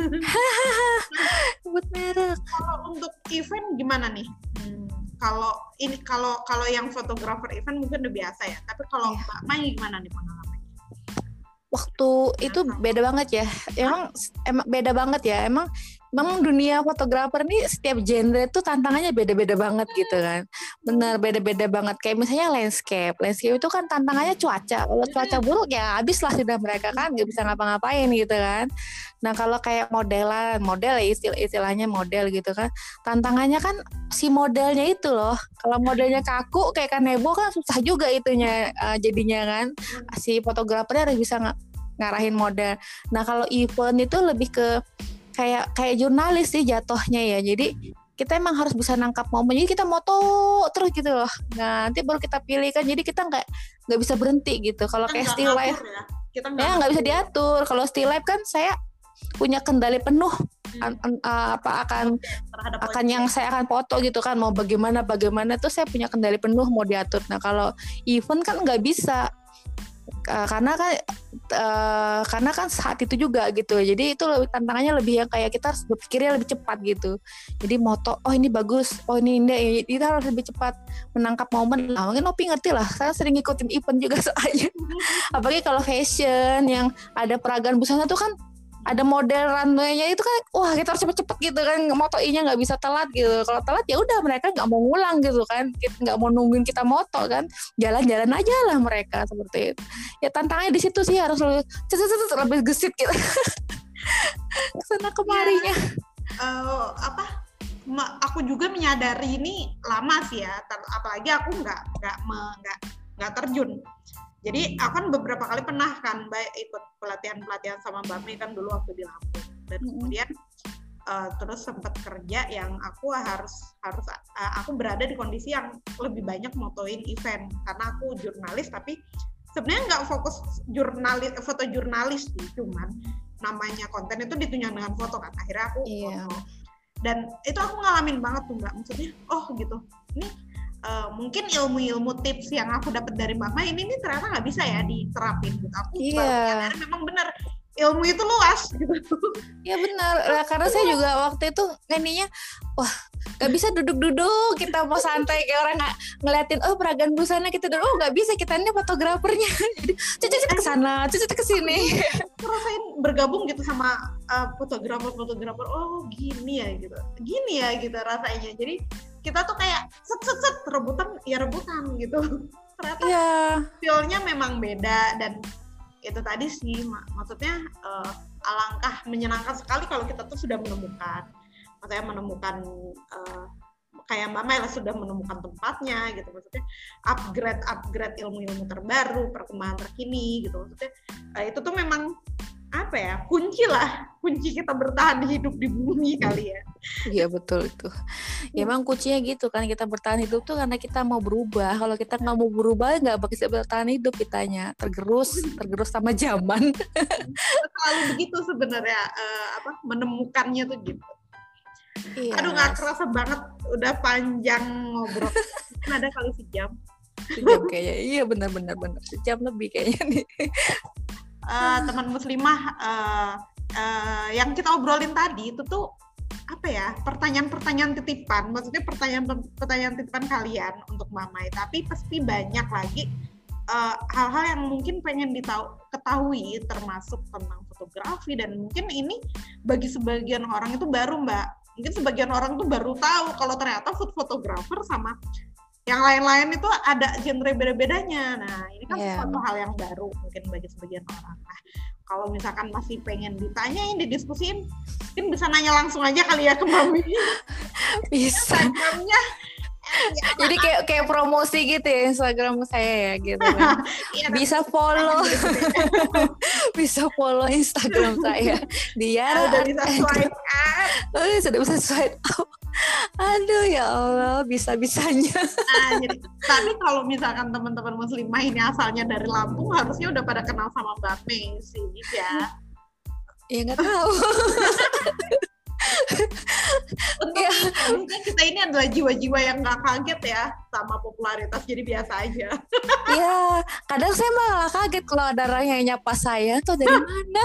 Speaker 2: Nyebut merek.
Speaker 3: Kalau untuk event gimana nih? Hmm, kalau ini kalau kalau yang fotografer event mungkin udah biasa ya, tapi kalau yeah. Mbak Mai gimana nih pengalamannya?
Speaker 2: Waktu itu beda banget ya, emang emang beda banget ya, emang memang dunia fotografer nih setiap genre tuh tantangannya beda-beda banget gitu kan. Benar, beda-beda banget. Kayak misalnya landscape. Landscape itu kan tantangannya cuaca. Kalau cuaca buruk ya habis lah sudah mereka kan nggak bisa ngapa-ngapain gitu kan. Nah kalau kayak modelan, model ya istilah, istilahnya model gitu kan. Tantangannya kan si modelnya itu loh. Kalau modelnya kaku kayak Kanebo kan susah juga itunya uh, jadinya kan. Si fotografernya harus bisa ng- ngarahin model. Nah kalau event itu lebih ke kayak kayak jurnalis sih jatuhnya ya. Jadi kita emang harus bisa nangkap momen, jadi kita moto terus gitu loh. Nah, nanti baru kita pilih kan, jadi kita nggak nggak bisa berhenti gitu. Kalau kayak still life, ya, kita nggak ya, nggak bisa diatur. Kalau still life kan saya punya kendali penuh hmm. an, an, apa akan terhadap akan yang saya akan foto gitu kan, mau bagaimana bagaimana tuh saya punya kendali penuh mau diatur. Nah kalau event kan nggak bisa. Uh, karena kan uh, karena kan saat itu juga gitu, jadi itu lebih tantangannya lebih yang kayak kita harus berpikirnya lebih cepat gitu. Jadi moto, oh ini bagus, oh ini indah, kita harus lebih cepat menangkap momen. Nah, mungkin Opi ngerti lah, saya sering ngikutin event juga soalnya. Apalagi kalau fashion yang ada peragaan busana tuh kan ada model runway-nya itu kan, wah kita harus cepet-cepet gitu kan, motoinya nggak bisa telat gitu. Kalau telat ya udah mereka nggak mau ngulang gitu kan, nggak mau nungguin kita moto kan, jalan-jalan aja lah mereka seperti itu. Ya tantangannya di situ sih harus lebih cet-cet lebih gesit gitu, kesana kemarinya.
Speaker 3: Ya, uh, apa? Aku juga menyadari ini lama sih ya, apalagi aku nggak nggak nggak nggak terjun. Jadi aku kan beberapa kali pernah kan Mbak ikut pelatihan-pelatihan sama Mbak Mei kan dulu waktu di Lampung, dan kemudian uh, terus sempat kerja yang aku harus harus uh, aku berada di kondisi yang lebih banyak motoin event karena aku jurnalis, tapi sebenarnya nggak fokus jurnalis foto jurnalis sih, cuman namanya konten itu ditunjang dengan foto kan, akhirnya aku
Speaker 2: iya.
Speaker 3: foto. Dan itu aku ngalamin banget tuh Mbak, maksudnya oh gitu ini Uh, mungkin ilmu-ilmu tips yang aku dapat dari Mama ini nih ternyata nggak bisa ya diterapin gitu. Aku
Speaker 2: iya.
Speaker 3: baru nyadar memang benar ilmu itu luas gitu.
Speaker 2: Iya benar, nah, karena saya juga waktu itu kayaknya wah nggak bisa duduk-duduk, kita mau santai kayak orang nggak ngeliatin oh peragaan busana kita dulu, oh nggak bisa, kita ini fotografernya. Jadi cuci ke sana, cuci ke sini.
Speaker 3: Aku rasain bergabung gitu sama uh, fotografer-fotografer, oh gini ya gitu, gini ya gitu rasanya. Jadi kita tuh kayak set set set rebutan ya rebutan gitu. Ternyata yeah. feel-nya memang beda, dan itu tadi sih mak- maksudnya uh, alangkah menyenangkan sekali kalau kita tuh sudah menemukan, maksudnya menemukan uh, kayak Mbak Mela sudah menemukan tempatnya gitu, maksudnya upgrade upgrade ilmu-ilmu terbaru, perkembangan terkini gitu, maksudnya uh, itu tuh memang apa ya, kunci lah, kunci kita bertahan hidup di bumi kali ya.
Speaker 2: Iya betul itu. Ya emang kuncinya gitu kan, kita bertahan hidup tuh karena kita mau berubah. Kalau kita nggak mau berubah nggak bisa bertahan hidup, kitanya tergerus, tergerus sama zaman.
Speaker 3: Selalu begitu sebenarnya, uh, apa menemukannya tuh gitu. Iya. Aduh nggak kerasa banget, udah panjang ngobrol. Mungkin ada kali sejam.
Speaker 2: Sejam kayaknya, iya benar-benar benar sejam lebih kayaknya nih.
Speaker 3: Uh, teman muslimah uh, uh, yang kita obrolin tadi itu tuh apa ya, pertanyaan-pertanyaan titipan, maksudnya pertanyaan-pertanyaan titipan kalian untuk Mamai, tapi pasti banyak lagi uh, hal-hal yang mungkin pengen ditahu, ketahui termasuk tentang fotografi, dan mungkin ini bagi sebagian orang itu baru Mbak, mungkin sebagian orang tuh baru tahu kalau ternyata food photographer sama yang lain-lain itu ada genre beda-bedanya. Nah, ini kan yeah. sesuatu hal yang baru mungkin bagi sebagian orang. Nah, kalau misalkan masih pengen ditanyain, didiskusin, mungkin bisa nanya langsung aja kali ya ke Mami.
Speaker 2: Bisa.
Speaker 3: Instagramnya. Ya,
Speaker 2: jadi kayak kayak promosi gitu ya Instagram saya ya gitu kan. Iya, bisa follow. Bisa follow Instagram saya. Dia
Speaker 3: udah bisa swipe up.
Speaker 2: Oh, sudah bisa swipe up. Aduh ya Allah, bisa-bisanya.
Speaker 3: Nah, jadi, tapi kalau misalkan teman-teman muslimah ini asalnya dari Lampung, harusnya udah pada kenal sama Mbak Mei sih ya.
Speaker 2: Ya nggak tahu.
Speaker 3: Untuk ya. Kita ini adalah jiwa-jiwa yang nggak kaget ya sama popularitas, jadi biasa aja.
Speaker 2: Iya, kadang saya malah kaget kalau ada orang yang nyapa saya tuh dari mana.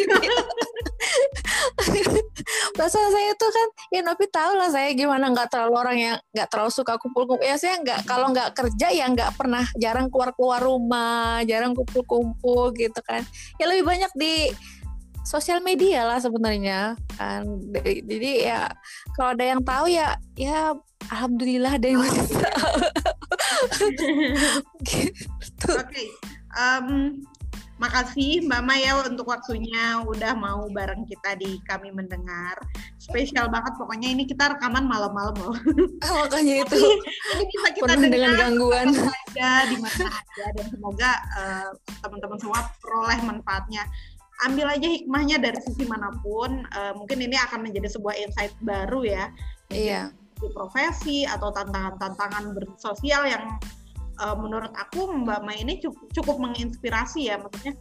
Speaker 2: Perasaan saya tuh kan, ya Novi tahu lah saya gimana, nggak terlalu orang yang nggak terlalu suka kumpul-kumpul. Ya saya nggak, kalau nggak kerja ya nggak pernah, jarang keluar-keluar rumah, jarang kumpul-kumpul gitu kan. Ya lebih banyak di sosial media lah sebenarnya kan. Jadi ya kalau ada yang tahu ya ya Alhamdulillah ada yang masih tahu. Gitu.
Speaker 3: Oke, okay. um, makasih Mbak Maya untuk waktunya udah mau bareng kita di Kami Mendengar. Spesial banget pokoknya, ini kita rekaman malam-malam loh.
Speaker 2: Makanya itu.
Speaker 3: Ini bisa kita
Speaker 2: penuh dengan gangguan.
Speaker 3: Aja di mana aja, dan semoga uh, teman-teman semua peroleh manfaatnya. Ambil aja hikmahnya dari sisi manapun. Uh, mungkin ini akan menjadi sebuah insight baru ya.
Speaker 2: Iya.
Speaker 3: Di profesi atau tantangan-tantangan bersosial yang uh, menurut aku Mbak Mai ini cukup, cukup menginspirasi ya, maksudnya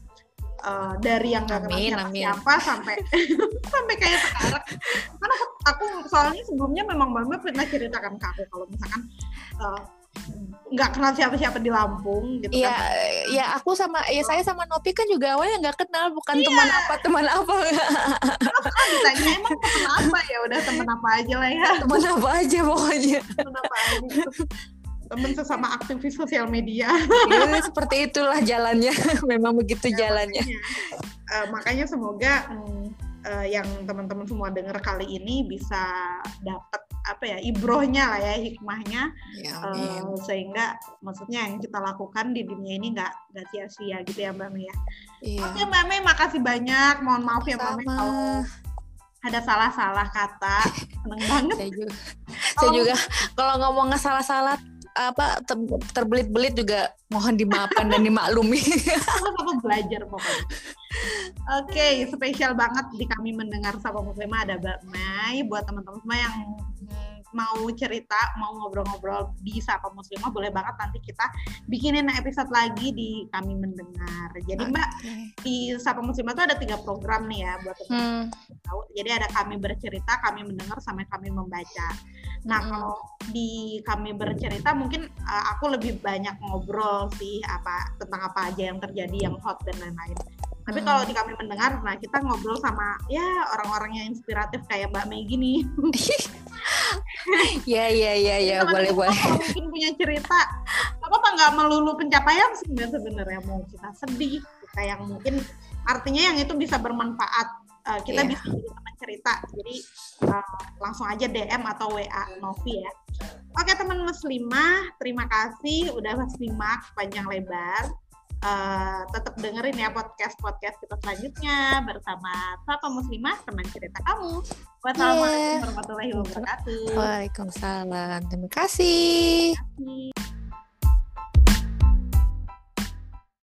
Speaker 3: uh, dari yang nggak kenal siapa sampai sampai kayak sekarang. Karena aku, aku soalnya sebelumnya memang Mbak Mai pernah ceritakan ke aku kalau misalkan uh, nggak kenal siapa-siapa di Lampung gitu
Speaker 2: ya,
Speaker 3: kan.
Speaker 2: Ya aku sama ya saya sama Nopi kan juga awalnya nggak kenal, bukan
Speaker 3: iya.
Speaker 2: teman apa teman apa.
Speaker 3: Terus kan ditanya emang teman apa, ya udah teman apa aja lah ya.
Speaker 2: Teman apa aja pokoknya.
Speaker 3: Teman apa aja gitu. Teman sesama aktivis sosial media.
Speaker 2: Ya, seperti itulah jalannya. Memang begitu ya, jalannya.
Speaker 3: Makanya, uh, makanya semoga um, uh, yang teman-teman semua dengar kali ini bisa dapat apa ya, ibrohnya lah ya, hikmahnya, ya, uh, sehingga maksudnya yang kita lakukan di dunia ini nggak nggak sia-sia gitu ya Mbak Mei. Iya. Oke Mbak Mei, makasih banyak. Mohon maaf ya Mbak Mei kalau ada salah-salah kata. Seneng banget.
Speaker 2: Saya juga, saya juga kalau ngomong salah-salah apa ter, terbelit-belit juga mohon dimaafkan dan dimaklumi.
Speaker 3: Sama-sama belajar pokoknya. Oke, okay, spesial banget di Kami Mendengar Sapa Muslimah ada Mbak Mai. Buat teman-teman semua yang mau cerita, mau ngobrol-ngobrol di Sapa Muslimah, boleh banget nanti kita bikinin episode lagi di Kami Mendengar. Jadi okay. Mbak, di Sapa Muslimah itu ada tiga program nih ya buat teman-teman hmm. tahu. Jadi ada Kami Bercerita, Kami Mendengar, sama Kami Membaca. Nah, hmm. kalau di Kami Bercerita mungkin uh, aku lebih banyak ngobrol sih apa tentang apa aja yang terjadi, yang hot dan lain-lain. Tapi kalau di Kami Mendengar, nah kita ngobrol sama ya orang-orang yang inspiratif kayak Mbak Mei gini.
Speaker 2: Ya, ya, ya, ya, boleh, boleh.
Speaker 3: Kalau mungkin punya cerita, apa-apa nggak melulu pencapaian sih sebenarnya, mau kita sedih, kita yang mungkin artinya yang itu bisa bermanfaat, uh, kita yeah. bisa jadi teman cerita. Jadi uh, langsung aja D M atau W A Novi ya. Oke teman muslimah, terima kasih udah simak panjang lebar. Uh, tetap dengerin ya podcast-podcast kita selanjutnya bersama Sapa Muslimah, teman cerita kamu. Wassalamualaikum warahmatullahi wabarakatuh.
Speaker 2: Waalaikumsalam. Terima kasih.
Speaker 3: Terima kasih.